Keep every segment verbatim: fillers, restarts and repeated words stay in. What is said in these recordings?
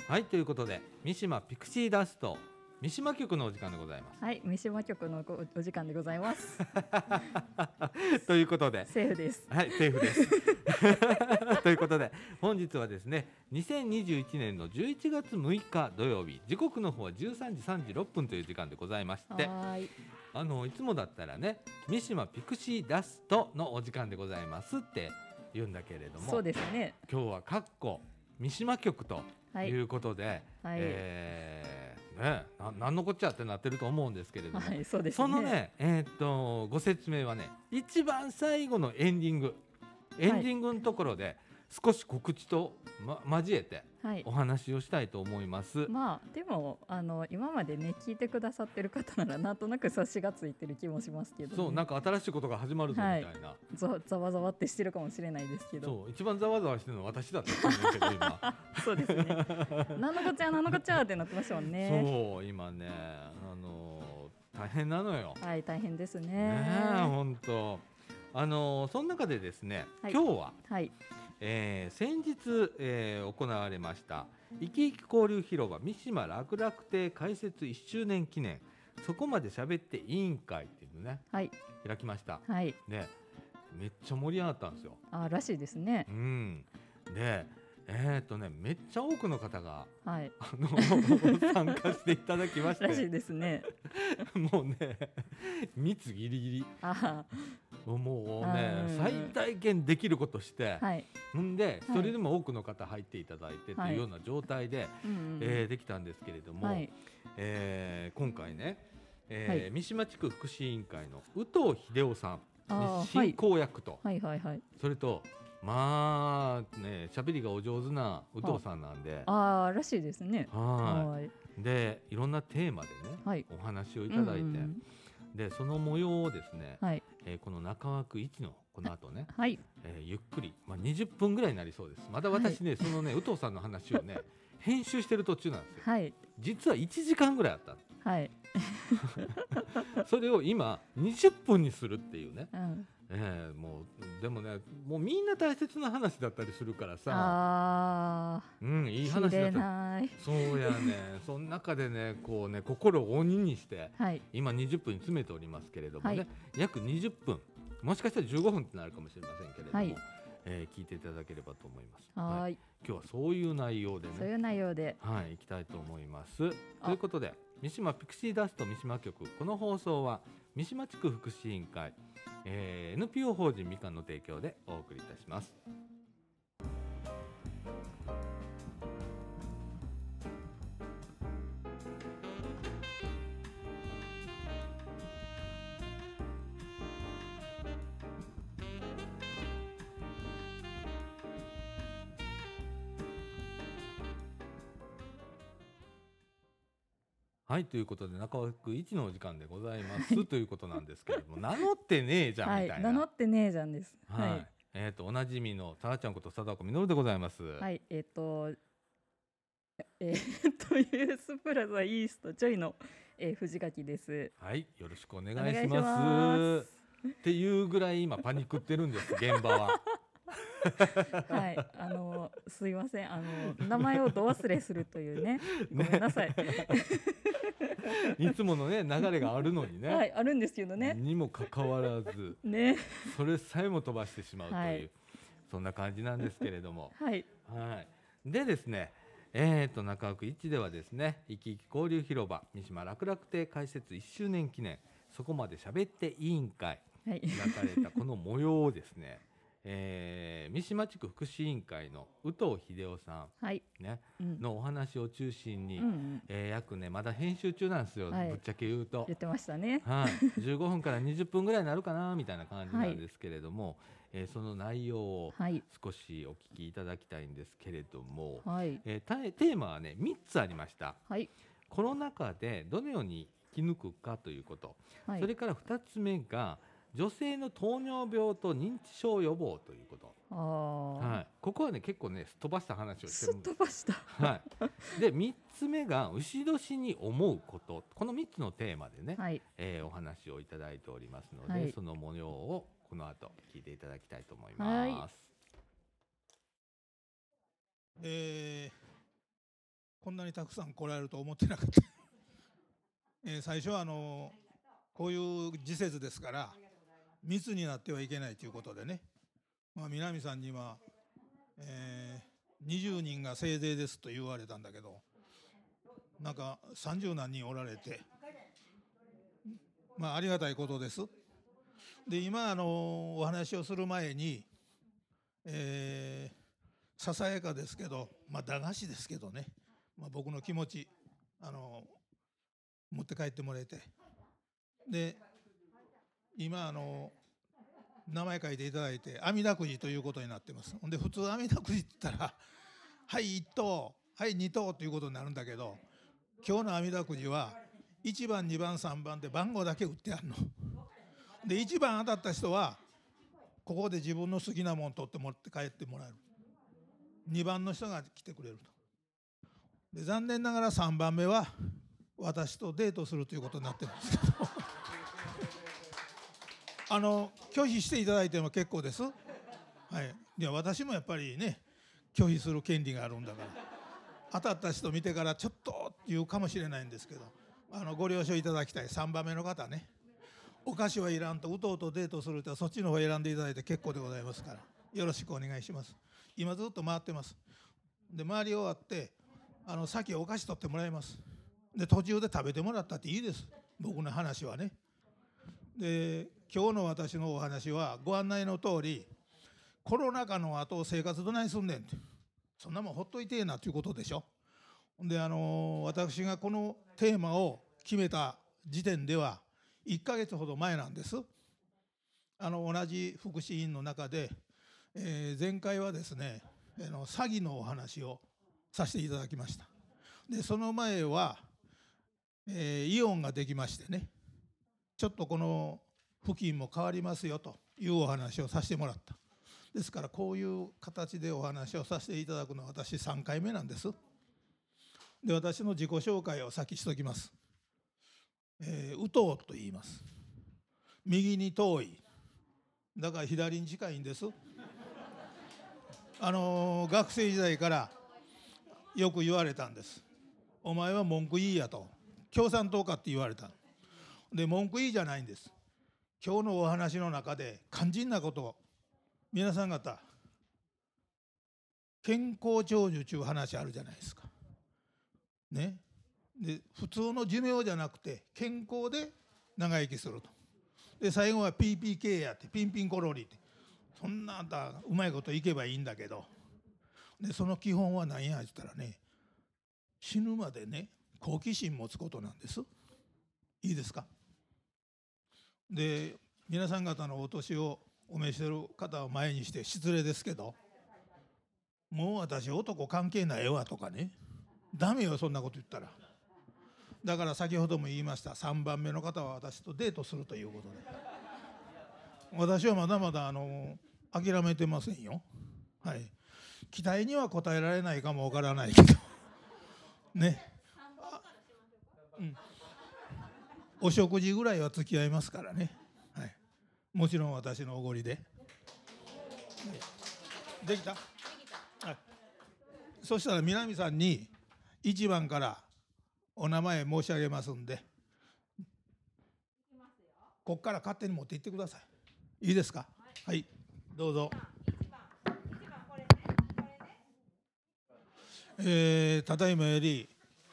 はい、ということで三島ピクシーダスト三島局のお時間でございます。 はい、三島局のごお時間でございます。 ということでセーフです。 はい、セーフです。ということで本日はですねにせんにじゅういちねんのじゅういちがつむいか土曜日、時刻の方はじゅうさんじさんじゅうろっぷんという時間でございまして、 はいあのいつもだったらね三島ピクシーダストのお時間でございますって言うんだけれども、 そうですね。 今日はかっこ三島局とはいいうことで、 はいえーね、な何のこっちゃってなってると思うんですけれども、 はい、そうですね。 そのね、えーっとご説明はね一番最後のエンディングエンディングのところで少し告知と、ま、交えてはい、 お話をしたいと思います。 まあでもあの今までね聞いてくださってる方ならなんとなく察しがついてる気もしますけど、ね、 そうなんか新しいことが始まるぞみたいな、 はい、ざ, ざわざわってしてるかもしれないですけど、 そう一番ざわざわしてるのは私だったと思うけど今そうですね。なんのこっちゃなんのこっちゃってなってましたもんね。 そう今ねあのー、大変なのよ。 はい、大変ですね。 ねえ本当あのー、その中でですね、 はい、 今日は、 はいえー、先日、えー、行われましたいきいき交流広場三島楽々亭開設いっしゅうねん記念そこまで喋って委員会っていうのね、 はい開きました。 はいでめっちゃ盛り上がったんですよ。 あらしいですね。 うんでえーっとねめっちゃ多くの方がはいあの参加していただきましてらしいですね。 もうね密ギリギリあもうねうん最大限できることしてはい、 んで一はい人でも多くの方入っていただいてとはいいうような状態で、 うんうんえーできたんですけれども、 はいえー今回ね、えーはい三島地区福祉委員会の宇藤秀夫さんあー進行役と、 はいはいはいそれとまあね喋りがお上手な宇藤さんなんで、 ああらしいですね。 ははいいでいろんなテーマでね、 はいお話をいただいて、 うんうんでその模様をですね、 はいえーこの中枠いちのこの後ね、 はいえーゆっくり、まあ、にじゅっぷんぐらいになりそうです。まだ私ね、そのね、宇藤さんの話をね、編集してる途中なんですよ。 はい実はいちじかんぐらいあった。 はいそれを今にじゅっぷんにするっていうね。 うんえーもうでもね、もうみんな大切な話だったりするからさ、 あうん、いいあ話だったり。 ないそうやね、その中でね、こうね、心を鬼にして、 はい今にじゅっぷんに詰めておりますけれどもね、 はい約にじゅっぷん、もしかしたらじゅうごふんってなるかもしれませんけれども、 はいえー聞いていただければと思います。 はーい今日はそういう内容でね、 そういう内容ではい、行きたいと思います。ということで、三島ピクシーダスト三島局、この放送は三島地区福祉委員会、えー、エヌピーオー 法人みかんの提供でお送りいたします。はい、ということで中枠いちのお時間でございますということなんですけれども、名乗ってねえじゃんはいみたいな。 名乗ってねえじゃんです。 はい、 はいえっ、とおなじみのさだちゃんこと貞子みのるでございます。 はいえっとえー、とユースプラザイーストジョイの、えー、藤垣です。 はい、よろしくお願いお願いしします。 ますっていうぐらい今パニックってるんです現場は。 はいあのすいませんあの名前をど忘れするというねごめんなさい。 いつものね流れがあるのにね、 はいあるんですけどね。 にもかかわらずねそれさえも飛ばしてしまうという、 はいそんな感じなんですけれども、 はいはい、でですね、えー、と中枠いちではですねいきいき交流広場三島楽々亭開設いっしゅうねん記念そこまで喋って委員会はい開かれたこの模様をですね、えー、三島地区福祉委員会の宇藤秀夫さはいん、ね、 うんのお話を中心に、 うんうんえー約ねまだ編集中なんですよ、 はいぶっちゃけ言うと言。ってましたね。 はい、じゅうごふんからにじゅっぷんぐらいになるかなみたいな感じなんですけれども、えーその内容をはい少しお聞きいただきたいんですけれども、 はいえーたテーマはねみっつありました。 はいコロナ禍でどのように生き抜くかということ、 はいそれからふたつめが女性の糖尿病と認知症予防ということ、 ああ、 はい、ここはね結構ねすっ飛ばした話をしてすっるんです。 飛ばした。 はい、でみっつめが牛年に思うこと、このみっつのテーマでね、 はいえーお話をいただいておりますので、 はいその模様をこの後聞いていただきたいと思います。 はいえーこんなにたくさん来られると思ってなかった、えー、最初はあのこういう時節ですから密になってはいけないということでね、まあ、南さんには、えー、にじゅうにんがせいぜいですと言われたんだけど、なんかさんじゅう何人おられて、まあ、ありがたいことです。で今あのお話をする前に、えー、ささやかですけど、まあ、駄菓子ですけどね、まあ、僕の気持ちあの持って帰ってもらえて、で今あの名前書いていただいて阿弥陀くじということになってます。で普通阿弥陀くじって言ったらはいいっ等はいに等ということになるんだけど、今日の阿弥陀くじはいちばんにばんさんばんで番号だけ売ってあるので、いちばん当たった人はここで自分の好きなもの取って持って帰ってもらえる、にばんの人が来てくれると。で残念ながらさんばんめは私とデートするということになってるんですけどあの拒否していただいても結構です、はい、いや私もやっぱりね拒否する権利があるんだから、当たった人見てからちょっとって言うかもしれないんですけど、あのご了承いただきたいさんばんめの方ね、お菓子はいらんとうとうとデートするとそっちの方選んでいただいて結構でございますから、よろしくお願いします。今ずっと回ってます。で回り終わってあの先お菓子取ってもらいます。で途中で食べてもらったっていいです、僕の話はね。で今日の私のお話はご案内の通り、コロナ禍の後生活どないすんねんって、そんなもんほっといてえなということでしょ。であの私がこのテーマを決めた時点ではいっかげつほど前なんです。あの同じ福祉院の中で、えー、前回はですねあの詐欺のお話をさせていただきました。でその前は、えー、イオンができましてね、ちょっとこの付近も変わりますよというお話をさせてもらった。ですからこういう形でお話をさせていただくのは私さんかいめなんです。で私の自己紹介を先しときます。えー、宇藤と言います。右に遠い、だから左に近いんです。あのー、学生時代からよく言われたんです。お前は文句いいやと、共産党かって言われた。で文句いいじゃないんです。今日のお話の中で肝心なことを皆さん方、健康長寿という話あるじゃないですかね。で普通の寿命じゃなくて健康で長生きすると。で最後は ピーピーケー やってピンピンコロリって、そんなあんたうまいこといけばいいんだけど、でその基本は何やって言ったらね、死ぬまでね好奇心持つことなんです。いいですか。で皆さん方のお年をお召してる方を前にして失礼ですけど、もう私男関係ないわとかね、ダメよそんなこと言ったら。だから先ほども言いましたさんばんめの方は私とデートするということで、私はまだまだあの諦めてませんよ。はい、期待には応えられないかもわからないけどね、うん、お食事ぐらいは付き合いますからね、はい、もちろん私のおごりで、はい、できた、はい、そしたら南さんにいちばんからお名前申し上げますんで、ここから勝手に持って行ってください。いいですか。はい、どうぞ。えー、ただいまより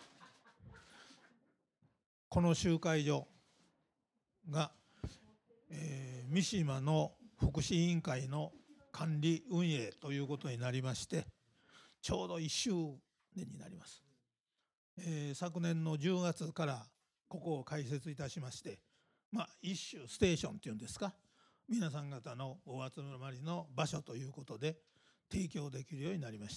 この集会所が、えー、三島の福祉委員会の管理運営ということになりまして、ちょうどいっしゅうねんになります。えー、昨年のじゅうがつからここを開設いたしまして、まあ、一種ステーションというんですか、皆さん方のお集まりの場所ということで提供できるようになりました。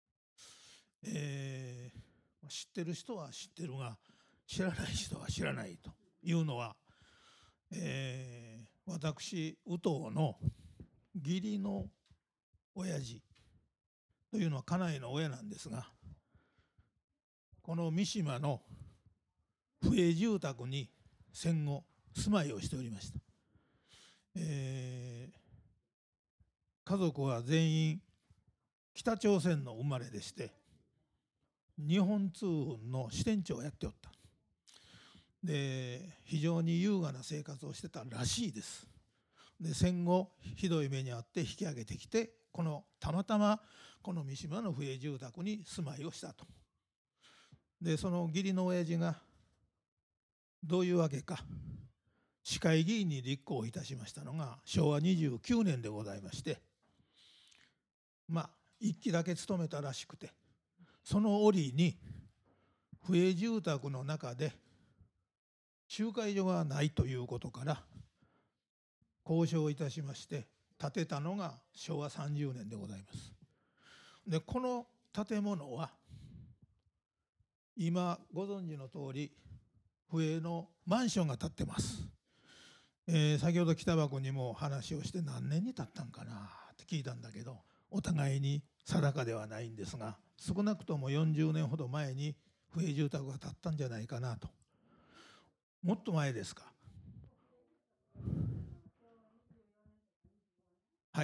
えー、知ってる人は知ってるが知らない人は知らないというのは、えー、私宇藤の義理の親父というのは家内の親なんですが、この三島の府営住宅に戦後住まいをしておりました。えー、家族は全員北朝鮮の生まれでして、 日本通運の支店長をやっておった。で非常に優雅な生活をしてたらしいです。で戦後ひどい目に遭って引き上げてきて、このたまたまこの三島の府営住宅に住まいをしたと。でその義理の親父がどういうわけか市会議員に立候補いたしましたのがしょうわにじゅうきゅうねんでございまして、まあ一期だけ勤めたらしくて、その折に府営住宅の中で集会所がないということから交渉いたしまして建てたのがしょうわさんじゅうねんでございます。でこの建物は今ご存知の通り府営のマンションが建ってます。えー、先ほど北場君にも話をして何年に建ったんかなって聞いたんだけど、お互いに定かではないんですが、少なくともよんじゅうねんほど前に府営住宅が建ったんじゃないかなと。もっと前ですか。はい。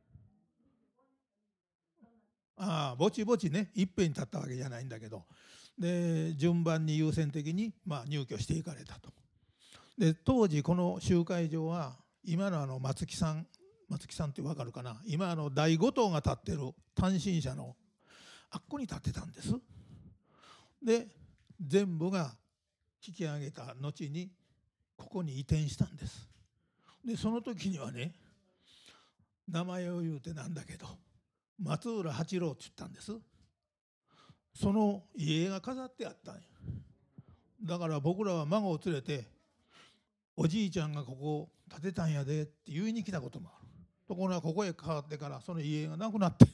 ああぼちぼちね、いっぺんに建ったわけじゃないんだけど、で順番に優先的にまあ入居していかれたと。で当時この集会場は今のあの松木さん松木さんって分かるかな、今あのだいご棟が建ってる単身者のあっこに建ってたんです。で全部が引き上げた後にここに移転したんです。でその時にはね、名前を言うてなんだけど松浦八郎って言ったんです。その遺影が飾ってあったんや。だから僕らは孫を連れておじいちゃんがここを建てたんやでって言いに来たこともある。ところがここへ変わってからその遺影がなくなって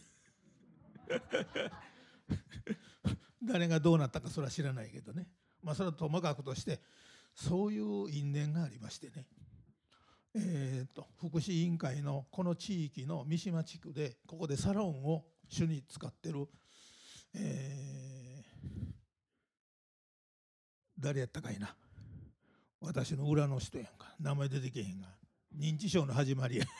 誰がどうなったかそれは知らないけどね、まあそれはともかくとしてそういう因縁がありましてね、えー、と福祉委員会のこの地域の三島地区でここでサロンを主に使ってる、えー、誰やったかいな、私の裏の人やんか、名前出てけへんが認知症の始まりや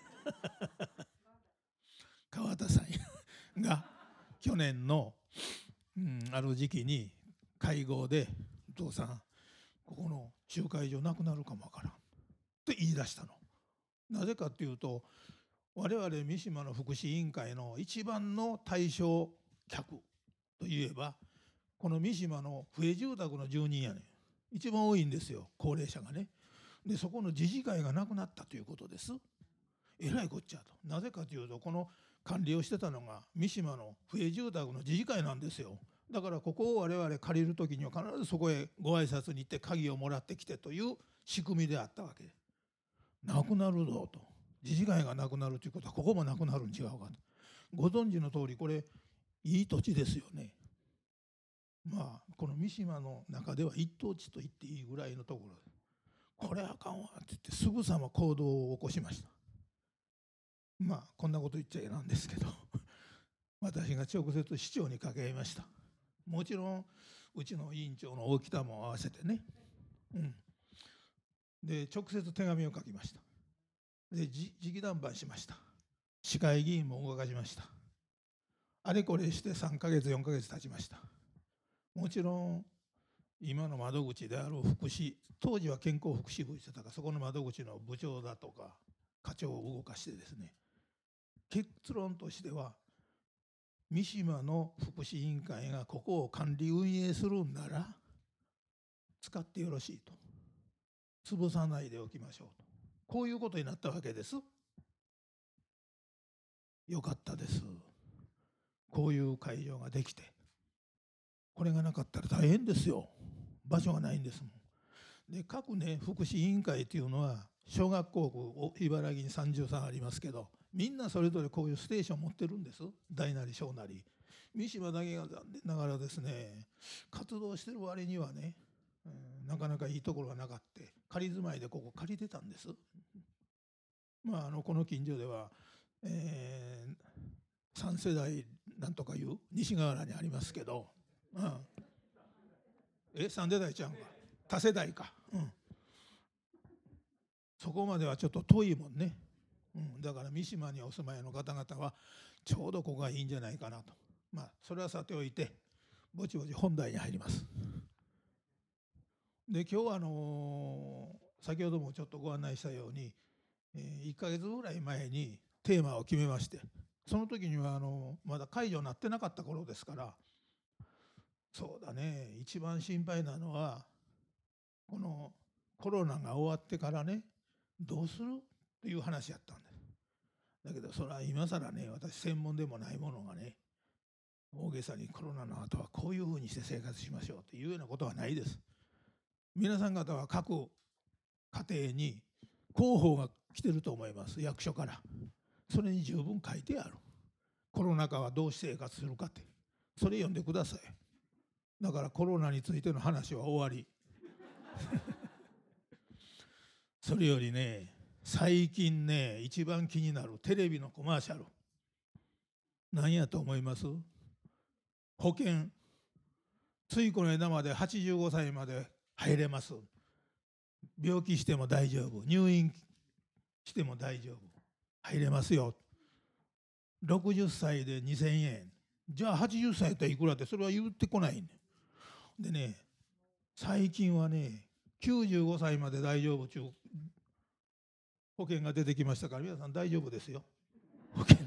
川田さんやが去年の、うん、ある時期に会合で「お父さんここの集会所なくなるかもわからん」って言い出したの。なぜかっていうと、我々三島の福祉委員会の一番の対象客といえばこの三島の府営住宅の住人やねん。一番多いんですよ、高齢者がね。でそこの自治会がなくなったということです。えらいこっちゃと。なぜかというとこの管理をしてたのが三島の府営住宅の自治会なんですよ。だからここを我々借りる時には必ずそこへご挨拶に行って鍵をもらってきてという仕組みであったわけで、なくなるぞと。自治会がなくなるということはここもなくなるん違うかと。ご存知の通りこれいい土地ですよね。まあこの三島の中では一等地と言っていいぐらいのところで、これあかんわって言ってすぐさま行動を起こしました。まあこんなこと言っちゃいなんですけど私が直接市長に掛け合いました。もちろんうちの委員長の大北も合わせてね、うん、で直接手紙を書きました。で直談判しました。市会議員も動かしました。あれこれしてさんかげつよんかげつ経ちました。もちろん今の窓口である福祉、当時は健康福祉部してたからそこの窓口の部長だとか課長を動かしてですね、結論としては三島の福祉委員会がここを管理運営するんなら使ってよろしいと、潰さないでおきましょうと、こういうことになったわけです。よかったです。こういう会場ができて、これがなかったら大変ですよ。場所がないんですもん。で各ね福祉委員会というのは小学校茨城にさんじゅうさんありますけど、みんなそれぞれこういうステーション持ってるんです。大なり小なり。三島だけが残念ながらですね、活動してる割にはね、うん、なかなかいいところがなかった仮住まいでここ借りてたんです。まああのこの近所では、えー、さん世代なんとかいう西河原にありますけど、うん、えさん世代ちゃうんか多世代か、うん、そこまではちょっと遠いもんね、うん、だから三島にお住まいの方々はちょうどここがいいんじゃないかなと。まあそれはさておいて、 ぼちぼち本題に入ります。で今日はあのー、先ほどもちょっとご案内したように、えー、いっかげつぐらい前にテーマを決めまして、その時にはあのまだ解除になってなかった頃ですから、そうだね、一番心配なのはこのコロナが終わってからね、どうするという話やったんです。だけどそれは今更ね、私専門でもないものがね、大げさにコロナの後はこういうふうにして生活しましょうというようなことはないです。皆さん方は各家庭に広報が来てると思います。役所から。それに十分書いてある。コロナ禍はどう生活するかって、それ読んでください。だからコロナについての話は終わり。それよりね、最近ね、一番気になるテレビのコマーシャル、何やと思います？保険。ついこの間まではちじゅうごさいまで入れます。病気しても大丈夫、入院しても大丈夫、入れますよ。ろくじゅっさいでにせんえん。じゃあはちじゅっさいやったらいくらって、それは言ってこないね。でね、最近はね、きゅうじゅうごさいまで大丈夫という保険が出てきましたから、皆さん大丈夫ですよ、保険。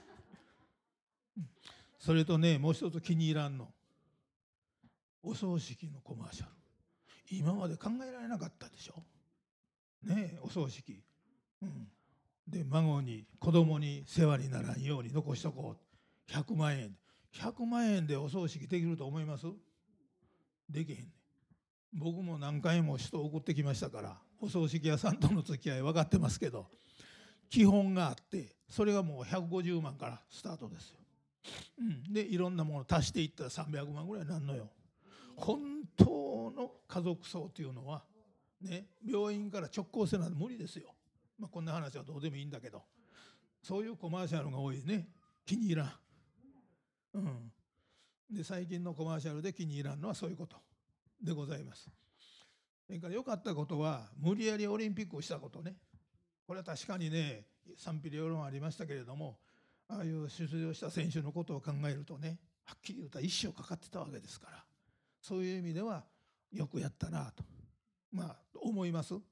それとね、もう一つ気に入らんの、お葬式のコマーシャル。今まで考えられなかったでしょねえ、お葬式、うん、で孫に子供に世話にならんように残しとこう、ひゃくまんえん、ひゃくまんえんでお葬式できると思います？できへんねん。僕も何回も人を送ってきましたから、お葬式屋さんとの付き合い分かってますけど、基本があって、それがもうひゃくごじゅうまんからスタートですよ、うん、でいろんなもの足していったらさんびゃくまんぐらいになるのよ。本当の家族葬というのはね、病院から直行せな無理ですよ。まあ、こんな話はどうでもいいんだけど、そういうコマーシャルが多いね。気に入らん、うん、で最近のコマーシャルで気に入らんのはそういうことでございます。それから良かったことは、無理やりオリンピックをしたことね。これは確かにね、賛否両論ありましたけれども、ああいう出場した選手のことを考えるとね、はっきり言うたら一生かかってたわけですから、そういう意味ではよくやったなと、まあ思います、うん、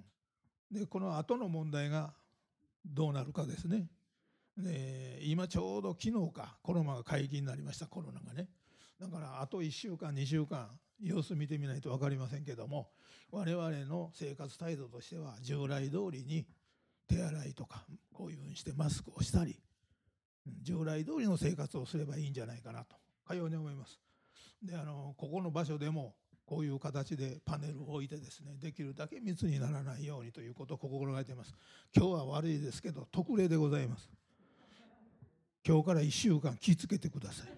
でこの後の問題がどうなるかですね。で今ちょうど昨日かコロナが解禁になりました。コロナがね、だからあといっしゅうかんにしゅうかん様子見てみないと分かりませんけども、我々の生活態度としては従来通りに手洗いとかこういうふうにしてマスクをしたり、従来通りの生活をすればいいんじゃないかなとかように思います。であのここの場所でもこういう形でパネルを置いてですね、できるだけ密にならないようにということを心がけています。今日は悪いですけど特例でございます。今日からいっしゅうかん気をつけてください。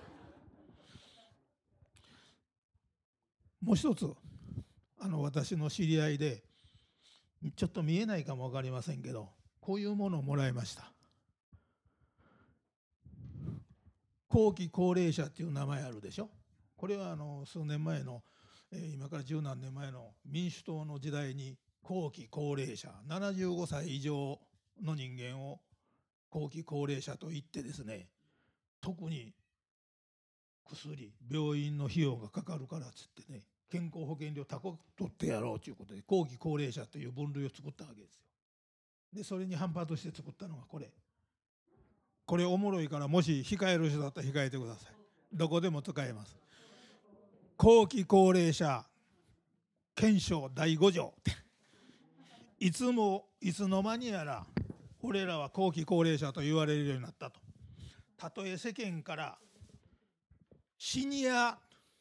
もう一つ、あの私の知り合いでちょっと見えないかも分かりませんけど、こういうものをもらいました。後期高齢者っていう名前あるでしょ。これはあの数年前の、えー、今から十何年前の民主党の時代に後期高齢者、ななじゅうごさい以上の人間を後期高齢者と言ってですね、特に薬病院の費用がかかるからっつってね、健康保険料高く取ってやろうということで後期高齢者という分類を作ったわけですよ。でそれに反発して作ったのがこれ。これおもろいから、もし控える人だったら控えてください。どこでも使えます。後期高齢者憲章だいご条っていつもいつの間にやら俺らは後期高齢者と言われるようになったと。たとえ世間からシニア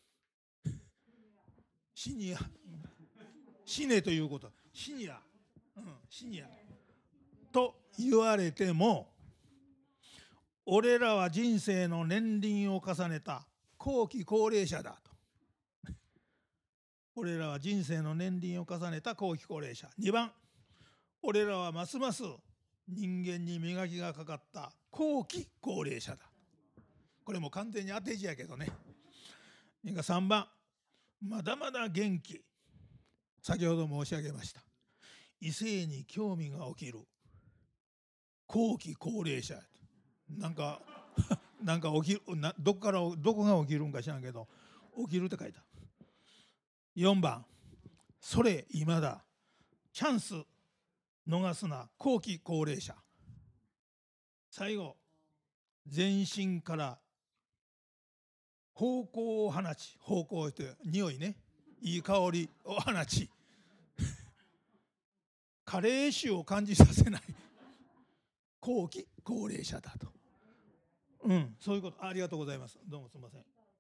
シニア死ねということ、シニア、うん、シニアと言われても、俺らは人生の年輪を重ねた後期高齢者だと。俺らは人生の年輪を重ねた後期高齢者。にばん、俺らはますます人間に磨きがかかった後期高齢者だ。これも完全に当て字やけどね。さんばん、まだまだ元気。先ほど申し上げました。異性に興味が起きる後期高齢者。なんかなんか起きるな、どこからどこが起きるんか知らんけど起きるって書いた。よんばん、それ今だ、チャンス逃すな後期高齢者。最後、全身から芳香を放ち、芳香って匂いね、いい香りを放ち加齢臭を感じさせない後期高齢者だと。うん、そういうこと。ありがとうございます。どうもすみません。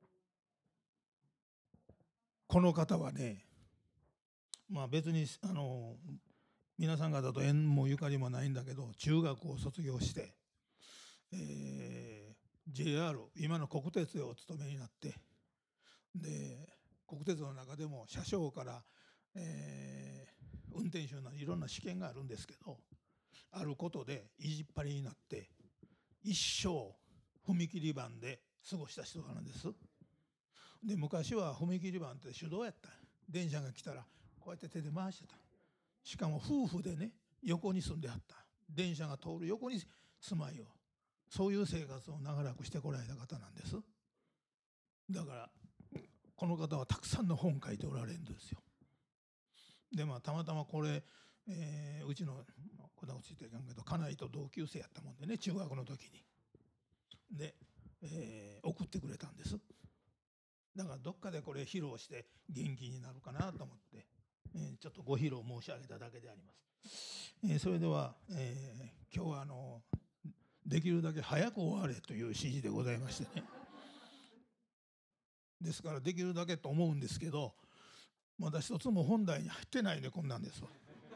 この方はね、まあ別にあの皆さん方と縁もゆかりもないんだけど、中学を卒業して、えー、ジェイアール 今の国鉄でお勤めになって、で国鉄の中でも車掌から、えー、運転手のいろんな試験があるんですけど、あることで意地っ張りになって一生踏切板で過ごした人なんです。で昔は踏切板って手動やった。電車が来たらこうやって手で回してた。しかも夫婦でね、横に住んではった。電車が通る横に住まいを、そういう生活を長らくしてこられた方なんです。だからこの方はたくさんの本書いておられるんですよ。でまあたまたまこれ、えー、うちのこんなこと言っていかんけど、家内と同級生やったもんでね、中学の時にで、えー、送ってくれたんです。だからどっかでこれ披露して元気になるかなと思って、えー、ちょっとご披露申し上げただけであります。えー、それでは、えー、今日はあのできるだけ早く終われという指示でございましてね。ですからできるだけと思うんですけど、まだ一つも本題に入ってないね、こんなんですわ。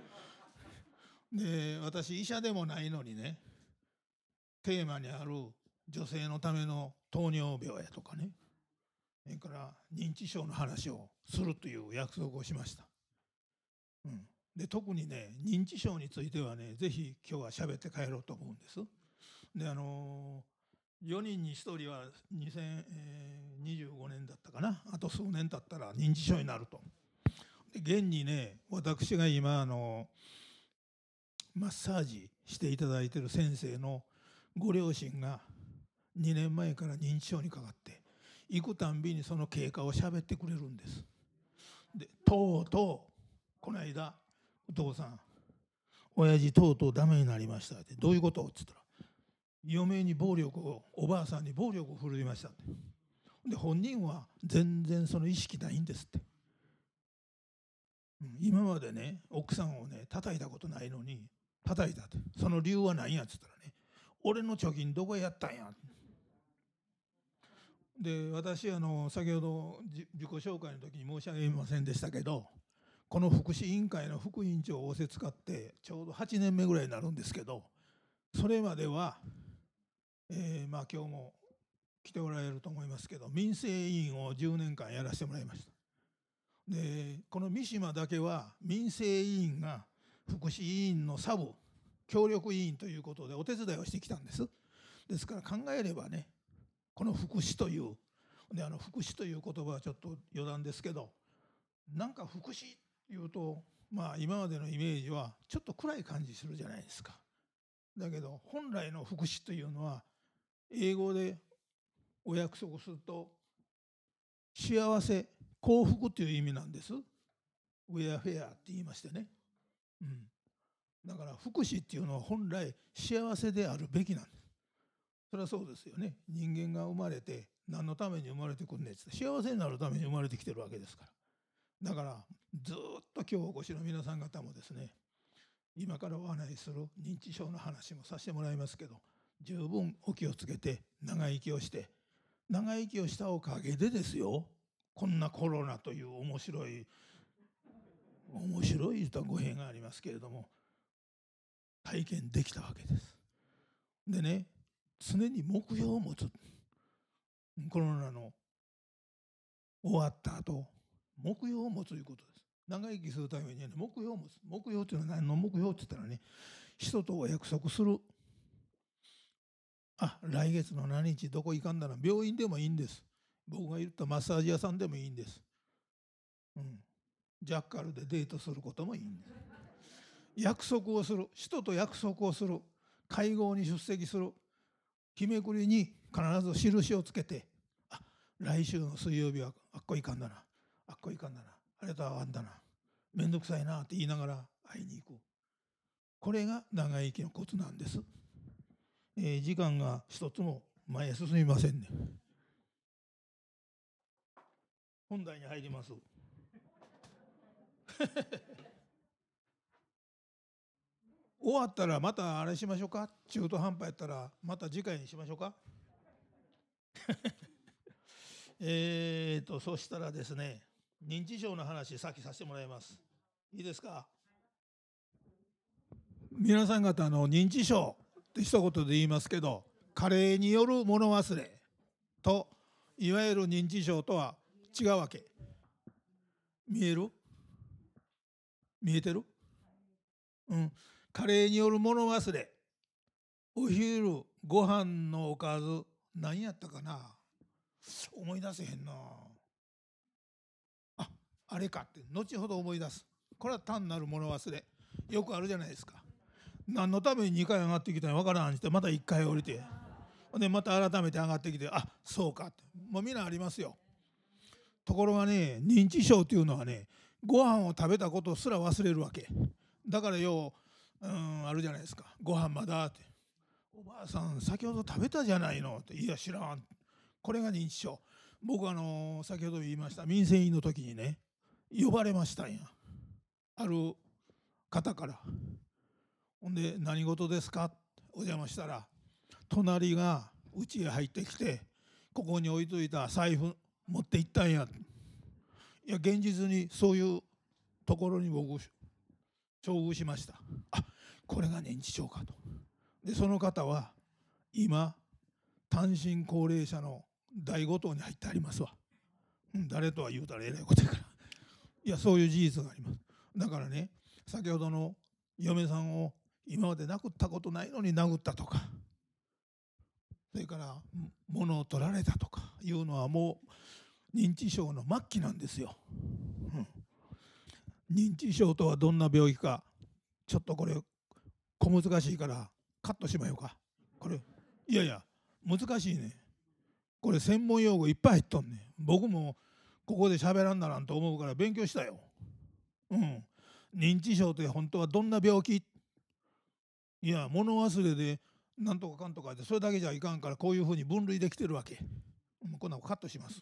で私医者でもないのにね、テーマにある女性のための糖尿病やとかね、それから認知症の話をするという約束をしました。うん、で特にね、認知症についてはね、ぜひ今日は喋って帰ろうと思うんです。であのー、よにんにひとりはにせんにじゅうごねんだったかな、あと数年経ったら認知症になると。で現にね、私が今あのマッサージしていただいている先生のご両親がにねんまえから認知症にかかって、行くたんびにその経過を喋ってくれるんです。でとうとうこの間、お父さん親父とうとうダメになりましたって。どういうことって言ったら、嫁に暴力を、おばあさんに暴力を振るいましたって。で本人は全然その意識ないんですって。今までね、奥さんをね叩いたことないのに叩いたって。その理由は何やって言ったらね、俺の貯金どこへやったんや。で私あの先ほど自己紹介の時に申し上げませんでしたけど、この福祉委員会の副委員長を仰せつかってちょうどはちねんめぐらいになるんですけど、それまでは、えー、まあ今日も来ておられると思いますけど、民生委員をじゅうねんかんやらせてもらいました。でこの三島だけは民生委員が福祉委員のサブ協力委員ということでお手伝いをしてきたんです。ですから考えればね、この福祉というで、あの福祉という言葉はちょっと余談ですけど、なんか福祉いうと、まあ今までのイメージはちょっと暗い感じするじゃないですか。だけど本来の福祉というのは英語でお約束すると幸せ、幸福という意味なんです。ウェアフェアって言いましてね、うん、だから福祉っていうのは本来幸せであるべきなんです。それはそうですよね。人間が生まれて何のために生まれてくるんねって、幸せになるために生まれてきてるわけですから。だからずっと今日お越しの皆さん方もですね、今からお話しする認知症の話もさせてもらいますけど、十分お気をつけて長生きをして、長生きをしたおかげでですよ、こんなコロナという面白い面白いとは語弊がありますけれども体験できたわけです。でね、常に目標を持つ。コロナの終わった後、目標を持つということです。長生きするためには、ね、目標を持つ。目標というのは何の目標って言ったらね、人とお約束する。あ、来月の何日どこ行かんだら、病院でもいいんです。僕が言ったマッサージ屋さんでもいいんです。うん、ジャッカルでデートすることもいいんです。約束をする。人と約束をする。会合に出席する。日めくりに必ず印をつけて、あ、来週の水曜日はあっこいかんだな、あっこいかんだな、あれとはあんだな、めんどくさいなって言いながら会いに行く。これが長生きのコツなんです。えー、時間が一つも前へ進みませんね。本題に入ります。終わったらまたあれしましょうか。中途半端やったらまた次回にしましょうか。えーとそしたらですね、認知症の話先させてもらいます。いいですか。皆さん方の認知症って一言で言いますけど、加齢による物忘れといわゆる認知症とは違うわけ。見える？見えてる？うん。加齢による物忘れ。お昼ご飯のおかず何やったかな、思い出せへんなあ。あれかって後ほど思い出す。これは単なる物忘れ。よくあるじゃないですか。何のためににかい上がってきたの分からんってまたいっかい降りて、でまた改めて上がってきて、あ、そうかって、もうみんなありますよ。ところがね、認知症っていうのはね、ご飯を食べたことすら忘れるわけだから、よう、うん、あるじゃないですか。ご飯まだって、おばあさん先ほど食べたじゃないのって、いや知らん。これが認知症。僕あの先ほど言いました民生委員の時にね、呼ばれましたんや、ある方から。ほんで何事ですかってお邪魔したら、隣が家へ入ってきて、ここに置いといた財布持って行ったんや。いや現実にそういうところに僕遭遇しました。あ、これが認知症かと。でその方は今単身高齢者のだいご棟に入ってありますわ。うん、誰とは言うたらえらいことやから。いやそういう事実があります。だからね、先ほどの嫁さんを今まで殴ったことないのに殴ったとか、それから物を取られたとかいうのはもう認知症の末期なんですよ。うん、認知症とはどんな病気か、ちょっとこれ小難しいからカットしまようか。これいやいや難しいね。これ専門用語いっぱい入っとんね。僕もここで喋らんならんと思うから勉強したよ。うん。認知症って本当はどんな病気？いや物忘れでなんとかかんとかでそれだけじゃいかんから、こういうふうに分類できてるわけ。もうこんなのカットします。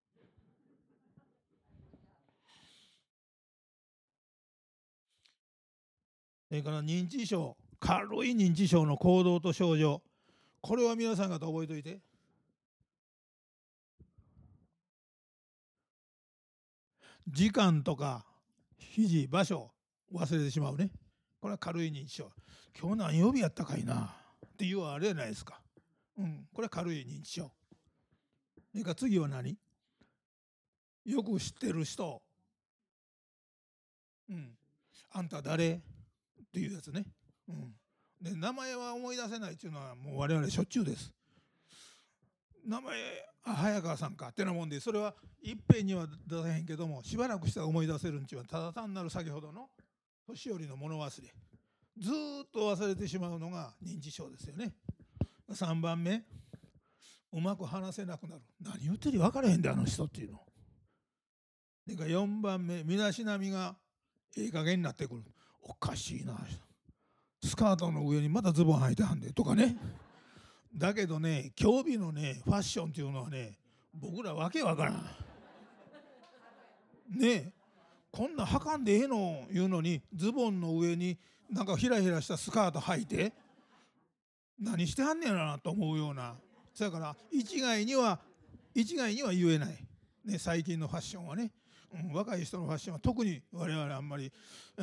それから認知症、軽い認知症の行動と症状、これは皆さん方覚えておいて。時間とか日時場所忘れてしまうね。これは軽い認知症。今日何曜日やったかいなっていうあれじゃないですか。うん、これは軽い認知症。それから次は何？よく知ってる人、うん、あんた誰っていうやつね。うん、で名前は思い出せないっていうのはもう我々しょっちゅうです。名前、あ、早川さんかってなもんで、それはいっぺんには出せへんけども、しばらくしたら思い出せるんちはただ単なる先ほどの年寄りの物忘れ、ずーっと忘れてしまうのが認知症ですよね。さんばんめ、うまく話せなくなる。何言ってる分からへんであの人っていうの。でかよんばんめ、身だしなみがええ加減になってくる。おかしいな、スカートの上にまたズボン履いてはんでとかね。だけどね、今日日のねファッションっていうのはね、僕らわけわからんねえ。こんな履かんでええの言うのに、ズボンの上になんかひらひらしたスカート履いて何してはんねやなと思うような。そやから一概には一概には言えない、ね、最近のファッションはね、うん、若い人のファッションは特に我々あんまり、うん、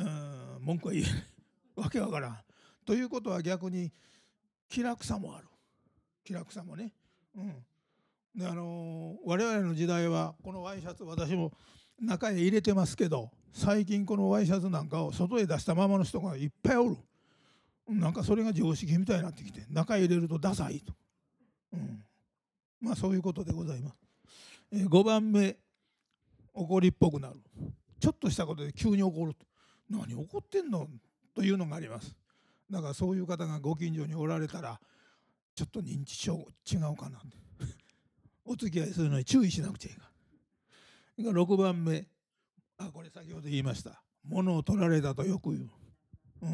文句は言えないわけわからん。ということは逆に気楽さもある。気楽さもね、うん、であのー、我々の時代はこのワイシャツ、私も中へ入れてますけど、最近このワイシャツなんかを外へ出したままの人がいっぱいおる。なんかそれが常識みたいになってきて、中へ入れるとダサいと、うん、まあそういうことでございます。えー、ごばんめ、怒りっぽくなる。ちょっとしたことで急に怒ると、何怒ってんのというのがあります。だからそういう方がご近所におられたら、 ちょっと認知症違うかなお付き合いするのに注意しなくちゃいけない。ろくばんめ、あこれ先ほど言いました、物を取られたとよく言う、うん、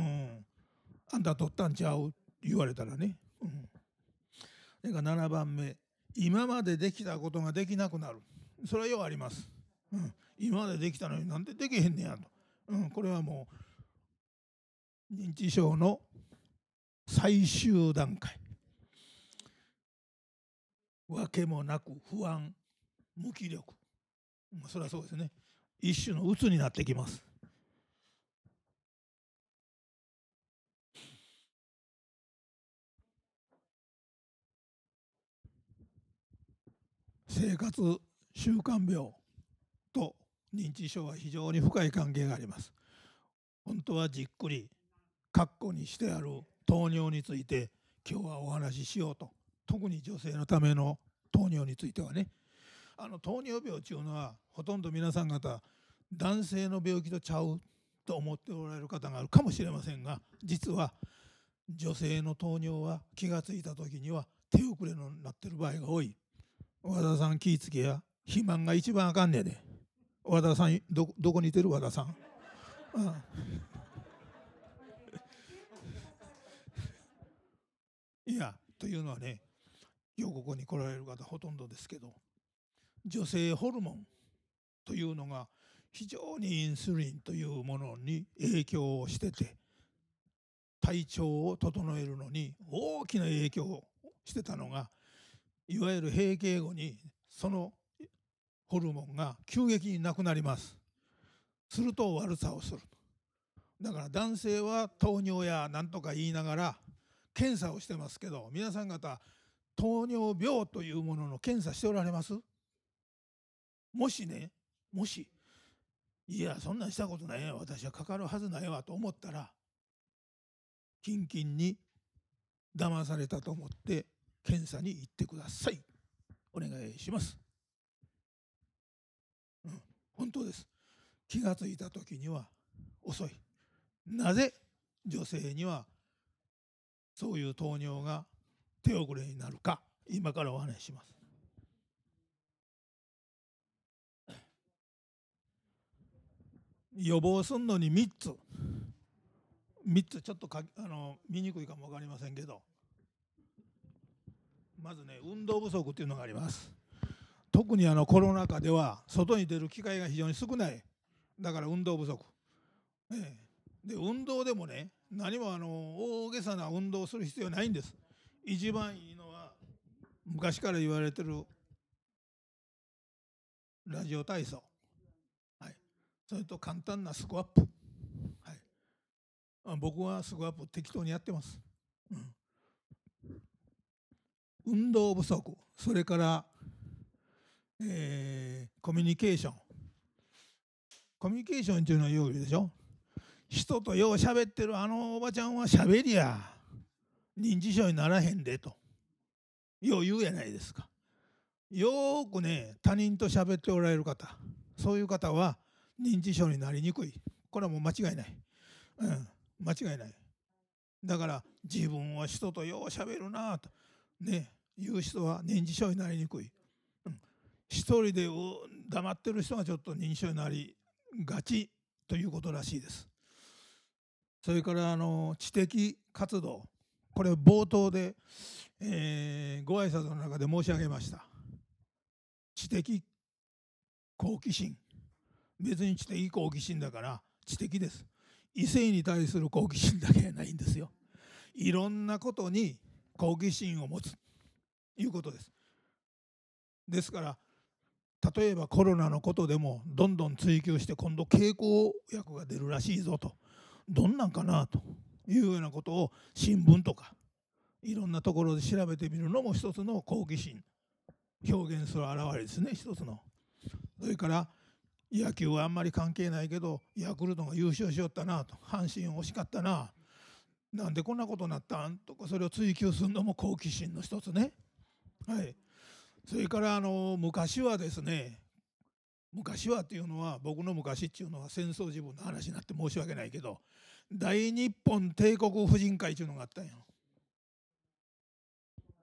あんた取ったんちゃう言われたらね、うん、それからななばんめ、今までできたことができなくなる。それはようあります、うん、今までできたのになんでできへんねやと、うん、これはもう認知症の最終段階。わけもなく不安、無気力、それはそうですね、一種の鬱になってきます。生活習慣病と認知症は非常に深い関係があります。本当はじっくり括弧にしてある糖尿について今日はお話ししようと。特に女性のための糖尿についてはね、あの糖尿病というのはほとんど皆さん方男性の病気とちゃうと思っておられる方があるかもしれませんが、実は女性の糖尿は気がついた時には手遅れになっている場合が多い。和田さん気ぃつけや、肥満が一番あかんねやで。和田さん ど, どこにいてる和田さん、うん、いやというのはね、よくここに来られる方ほとんどですけど、女性ホルモンというのが非常にインスリンというものに影響をしてて、体調を整えるのに大きな影響をしてたのが、いわゆる閉経後にそのホルモンが急激になくなります。すると悪さをする。だから男性は糖尿や何とか言いながら検査をしてますけど、皆さん方糖尿病というものの検査しておられます？もしね、もしいやそんなんしたことないよ、私はかかるはずないわと思ったら、キンキンに騙されたと思って検査に行ってください。お願いします。うん、本当です。気がついた時には遅い。なぜ女性にはそういう糖尿が手遅れになるか、今からお話しします。予防するのにみっつみっつちょっとかあの見にくいかも分かりませんけど、まずね、運動不足っていうのがあります。特にあのコロナ禍では外に出る機会が非常に少ない。だから運動不足、ええ、で運動でもね、何もあの大げさな運動をする必要ないんです。一番いいのは昔から言われてるラジオ体操、はい、それと簡単なスクワップ、はい、僕はスクワップ適当にやってます、うん、運動不足、それから、えー、コミュニケーションコミュニケーションっていうのはよう言うでしょ。人とよう喋ってるあのおばちゃんは喋りや認知症にならへんでとよう言うやないですか。よーくね、他人と喋っておられる方、そういう方は認知症になりにくい。これはもう間違いない、うん、間違いない。だから自分は人とよう喋るなとね言う人は認知症になりにくい、うん、一人で黙ってる人がちょっと認知症になりがちということらしいです。それからあの知的活動、これ冒頭で、えー、ご挨拶の中で申し上げました。知的好奇心、別に知的好奇心だから知的です。異性に対する好奇心だけじゃないんですよ。いろんなことに好奇心を持つということです。ですから例えばコロナのことでもどんどん追求して、今度経口薬が出るらしいぞと、どんなんかなというようなことを新聞とかいろんなところで調べてみるのも一つの好奇心表現する表れですね、一つの。それから野球はあんまり関係ないけどヤクルトが優勝しよったなと、阪神惜しかったな、なんでこんなことになったんとか、それを追求するのも好奇心の一つね。はい。それからあの昔はですね、昔はっていうのは僕の昔っていうのは戦争自分の話になって申し訳ないけど、大日本帝国婦人会っていうのがあったんよ。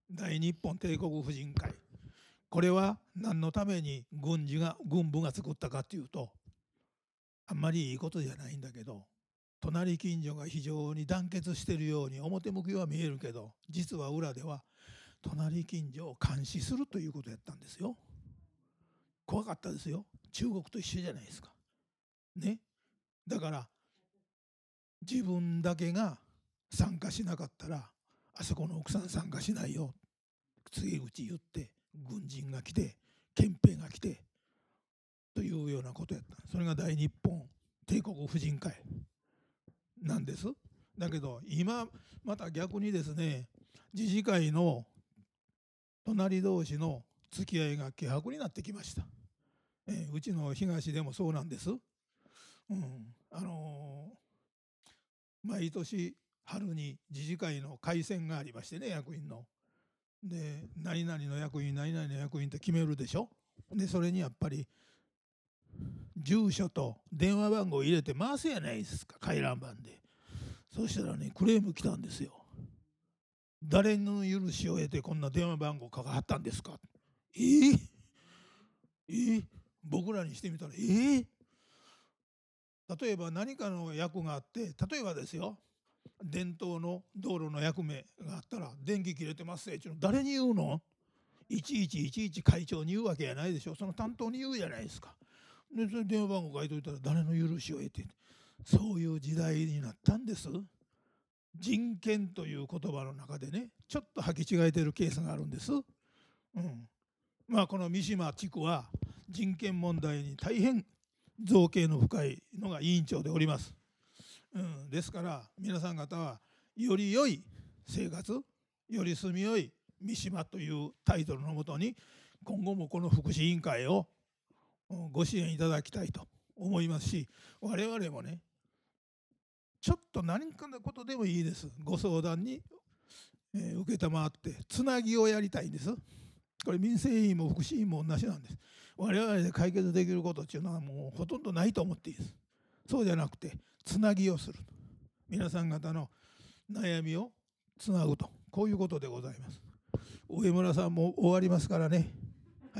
大日本帝国婦人会、これは何のために軍事が軍部が作ったかっていうと、あんまりいいことじゃないんだけど、隣近所が非常に団結しているように表向きは見えるけど、実は裏では隣近所を監視するということをやったんですよ。怖かったですよ。中国と一緒じゃないですかね。だから自分だけが参加しなかったら、あそこの奥さん参加しないよ告げ口言って、軍人が来て憲兵が来てというようなことやった。それが大日本帝国婦人会なんです。だけど今また逆にですね、自治会の隣同士の付き合いが希薄になってきました。えー、うちの東でもそうなんです。うん、あのー、毎年春に自治会の改選がありましてね、役員の。で、何々の役員、何々の役員って決めるでしょ。で、それにやっぱり住所と電話番号入れて回すやないですか、回覧板で。そしたらね、クレーム来たんですよ。誰の許しを得てこんな電話番号かかったんですか。えー、えー、僕らにしてみたら、えー、例えば何かの役があって、例えばですよ、伝統の道路の役目があったら、電気切れてますっていうの誰に言うの。いちいちいちいち会長に言うわけやないでしょ。その担当に言うじゃないですか。で、それ電話番号書いといたら誰の許しを得て、そういう時代になったんです。人権という言葉の中でね、ちょっと履き違えてるケースがあるんです。うん、まあこの三島地区は人権問題に大変造詣の深いのが委員長でおります。うん、ですから皆さん方はより良い生活、より住みよい三島というタイトルのもとに、今後もこの福祉委員会をご支援いただきたいと思いますし、我々もね、ちょっと何かのことでもいいです、ご相談に、えー、承ってつなぎをやりたいんです。これ民生委員も福祉委員も同じなんです。我々で解決できることっていうのはもうほとんどないと思っていいです。そうじゃなくてつなぎをする、皆さん方の悩みをつなぐと、こういうことでございます。上村さんも終わりますからね。はい。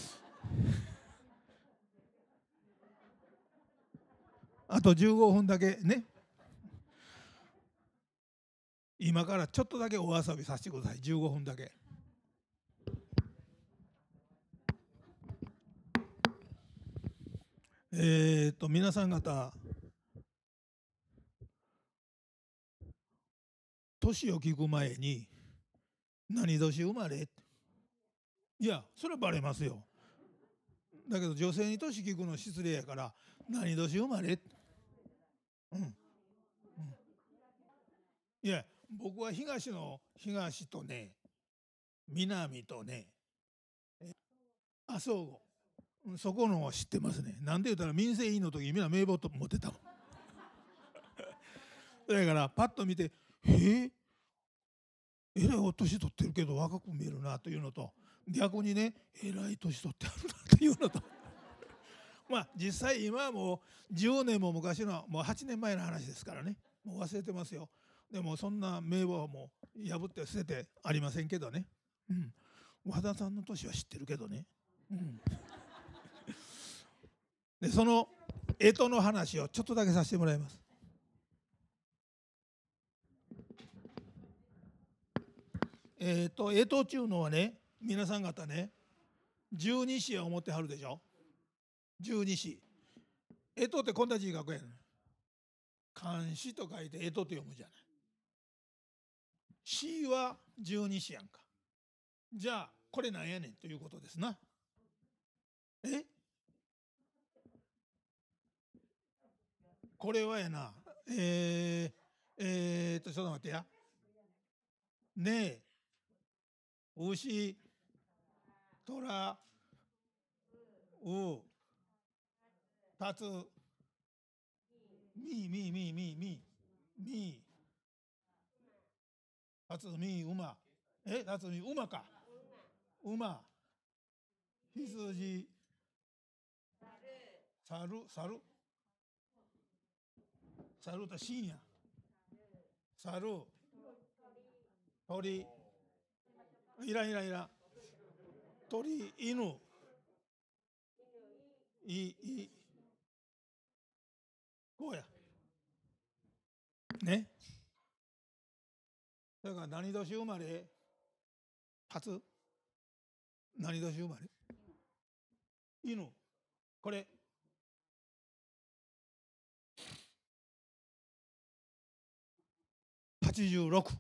あとじゅうごふんだけね。今からちょっとだけお遊びさせてください。じゅうごふんだけ。えー、っと皆さん方、年を聞く前に何年生まれ、いやそれはバレますよ。だけど女性に年聞くの失礼やから、何年生まれ、うん、うん、いや僕は東の東とね、南とね、麻生郷、そこのは知ってますね。なんで言ったら民生委員の時みんな名簿と持ってたもん。だからパッと見て、えー、えらいお年取ってるけど若く見えるなというのと、逆にね、えらい年取ってあるなというのとまあ実際今はもうじゅうねんも昔のもうはちねんまえの話ですからね、もう忘れてますよ。でもそんな名簿はもう破って捨ててありませんけどね、うん、和田さんの年は知ってるけどね、うん、でその干支の話をちょっとだけさせてもらいます。えっと干支ちゅうのはね、皆さん方ね、十二支は思ってはるでしょ。十二支、干支ってこんな字書くやん。漢詩と書いて干支と読むじゃない。詩は十二支やんか。じゃあこれなんやねんということですな。えこれはやな、えー、えー、っとちょっと待ってや。ねえ、牛、虎、う、たつ、み、み、み、み、み、み、たつ、み、馬、え、たつ、み、馬か。馬、羊、猿、猿、猿と深夜、猿、鳥、 いらんいらんいらん。鳥、犬、いい、こうや。ね。だから何年生まれ？初？何年生まれ？犬。これ。はちじゅうろく。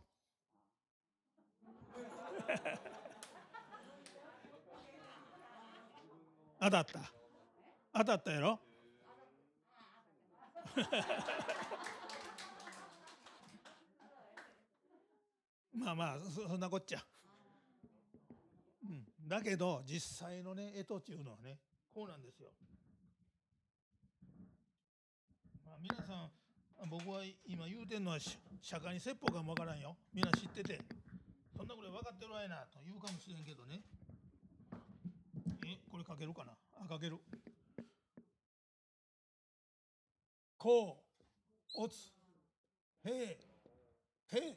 当たった。当たったやろ。まあまあ そ, そんなこっちゃ、うん、だけど実際のね干支っていうのはねこうなんですよ。まあ、皆さん僕は今言うてんのは釈迦に説法かもわからんよ。みんな知っててそんなこれ分かってるわいなと言うかもしれんけどね。えこれ書けるかなあ書ける。こうおつへて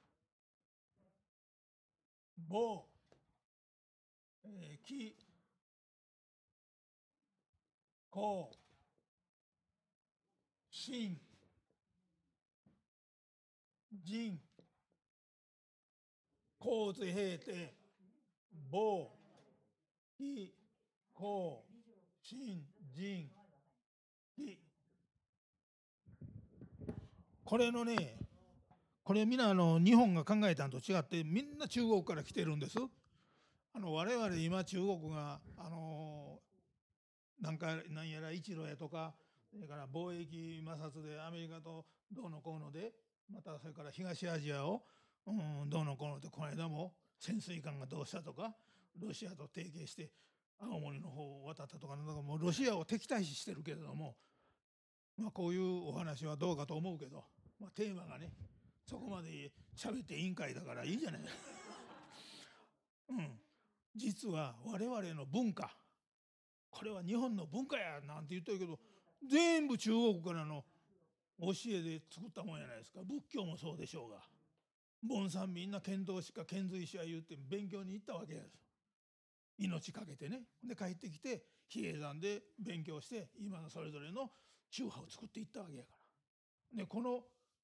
ぼえー、きこうしんじんこうつへいてぼきこうしんじんき。これのねこれみんなあの日本が考えたのと違ってみんな中国から来てるんです。あの我々今中国があのなんかなんやら一路やとかそれから貿易摩擦でアメリカとどうのこうのでまたそれから東アジアを、うん、どうのこうのでこの間も潜水艦がどうしたとかロシアと提携して青森の方を渡ったとかなんかもうロシアを敵対視してるけれども、まあ、こういうお話はどうかと思うけど、まあ、テーマがねそこまで喋って委員会だからいいじゃない。うん、実は我々の文化これは日本の文化やなんて言ってるけど全部中国からの教えで作ったもんやないですか。仏教もそうでしょうが盆さんみんな遣唐使か遣隋使は言って勉強に行ったわけです。命かけてね。で帰ってきて比叡山で勉強して今のそれぞれの宗派を作っていったわけやから。でこの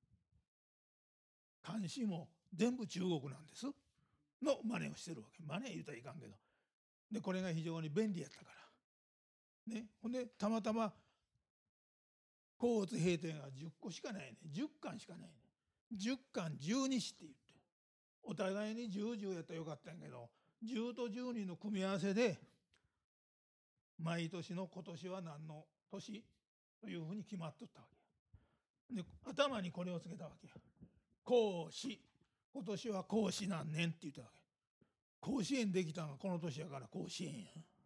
漢詩も全部中国なんですの真似をしてるわけ。真似言うたらいかんけど。でこれが非常に便利やったから。ね、ほんでたまたま甲乙平定がじゅっこしかないね。じゅっかんしかないね。じゅっかんじゅうに詩って言ってお互いにじゅう、じゅうやったらよかったんやけどじゅうとじゅうにの組み合わせで毎年の今年は何の年というふうに決まっとったわけで頭にこれをつけたわけや。甲子今年は甲子何年って言ったわけ。甲子園できたのがこの年やから甲子園や。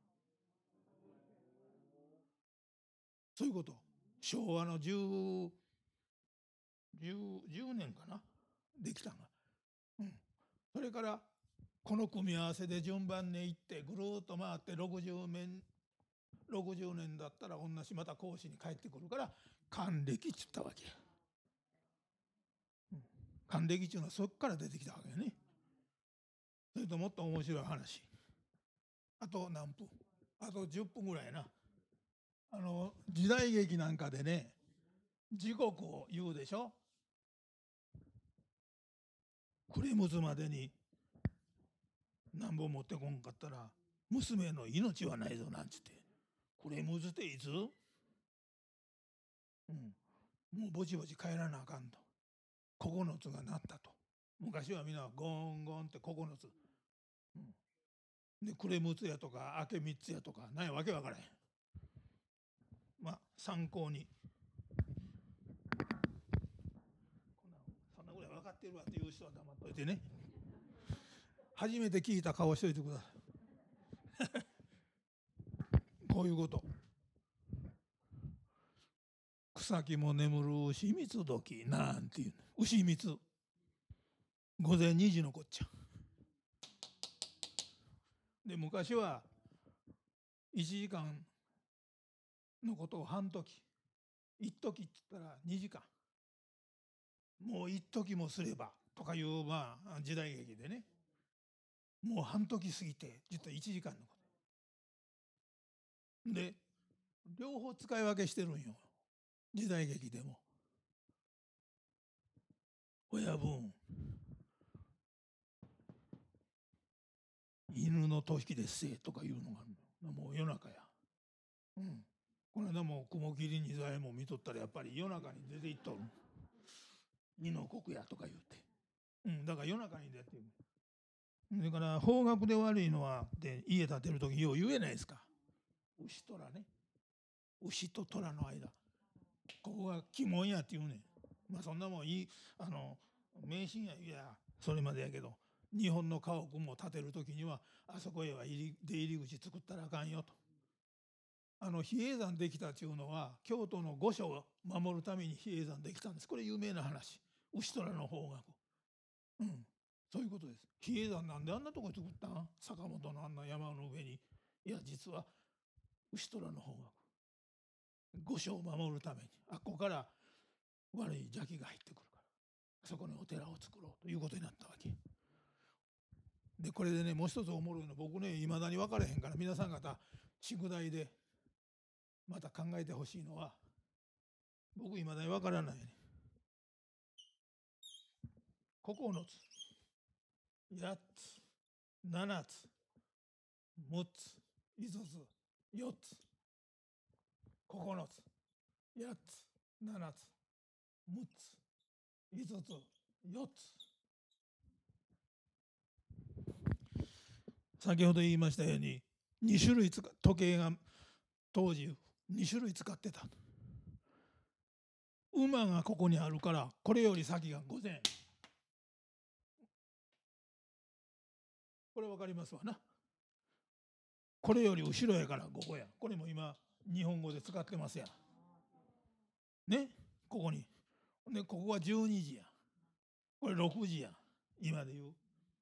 そういうこと。昭和のじゅう、じゅう、じゅうねんかなできたのが、うん、それからこの組み合わせで順番に行ってぐるーっと回ってろくじゅうねんろくじゅうねんだったら同じまた甲子に帰ってくるから還暦って言ったわけや。還暦っていうのはそこから出てきたわけやね。それともっと面白い話。あと何分あとじゅっぷんぐらいな。あの時代劇なんかでね時刻を言うでしょ。暮れむつまでに何本持ってこんかったら娘の命はないぞなんつって暮れむつっていつ、うん、もうぼちぼち帰らなあかんとここのつがなったと。昔はみんなゴンゴンってここのつ、うん、で暮れむつやとか明けみっつやとかないわけわからへん。まあ参考にそんなぐらい分かってるわっていう人は黙っといてね。初めて聞いた顔しといてください。こういうこと。草木も眠る牛蜜時なんていう牛蜜午前にじのこっちゃ。で昔はいちじかんのことを半時一時って言ったらにじかんもう一時もすればとかいうまあ時代劇でねもう半時過ぎて実はいちじかんのことで、両方使い分けしてるんよ、時代劇でも。親分、犬のと引きですせとかいうのがあるの。もう夜中や。うん。この間も雲霧仁左衛門見とったらやっぱり夜中に出て行っとる。二の国やとか言って。うん。だから夜中に出てる。それから方角で悪いのはで家建てるときよう言えないですか。牛虎ね。牛と虎の間。ここが鬼門やって言うねん。まあそんなもんいい、あの、迷信やいや、それまでやけど、日本の家屋も建てるときには、あそこへは入り出入り口作ったらあかんよと。あの比叡山できたっていうのは、京都の御所を守るために比叡山できたんです。これ有名な話。牛虎の方角。うん。そういうことです。比叡山なんであんなとこ作ったん？坂本のあんな山の上に。いや、実は牛虎の方角。御所を守るために。あっこから悪い邪気が入ってくるから。そこにお寺を作ろうということになったわけ。で、これでね、もう一つおもろいの、僕ね、いまだに分からへんから、皆さん方、宿題でまた考えてほしいのは、僕いまだに分からないね。ここのつ、やっつ、ななつ、むつ、いつつ、よっつ、ここのつ、やっつ、ななつ、むつ、いつつ、よっつ。先ほど言いましたようにに種類使時計が当時に種類使ってた。馬がここにあるからこれより先が午前。これ分かりますわな。これより後ろやから午後や。これも今日本語で使ってますやね。ここにでここはじゅうにじや。これろくじや。今で言う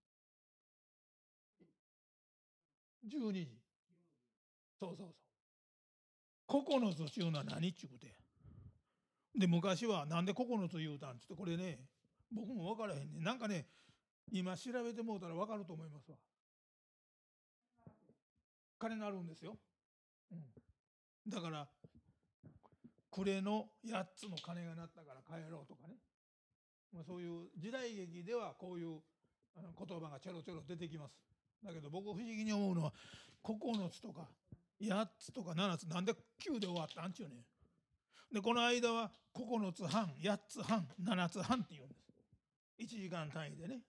じゅうにじ。そうそうそう。ここのつっていうのは何っちゅうことや。で、昔はなんでここのつ言うたんっつって、これね、僕も分からへんね。なんかね、今調べてもうたら分かると思いますわ。金なるんですよ。うん、だから、暮れのやっつの鐘が鳴ったから帰ろうとかね。まあ、そういう時代劇ではこういう言葉がちょろちょろ出てきます。だけど僕不思議に思うのはここのつとかやっつとかななつなんできゅうで終わったんちゅうねん。でこの間はここのつはんやっつはんななつはんって言うんです。いちじかん単位でね、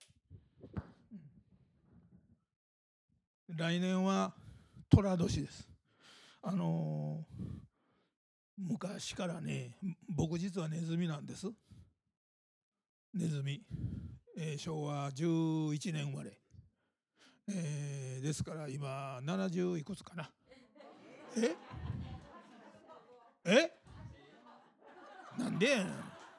うん、来年は寅年です。あのー、昔からね、僕実はネズミなんです。ネズミ、えー、しょうわじゅういちねん生まれ、えー、ですから今ななじゅういくつかな。ええなんでやねん。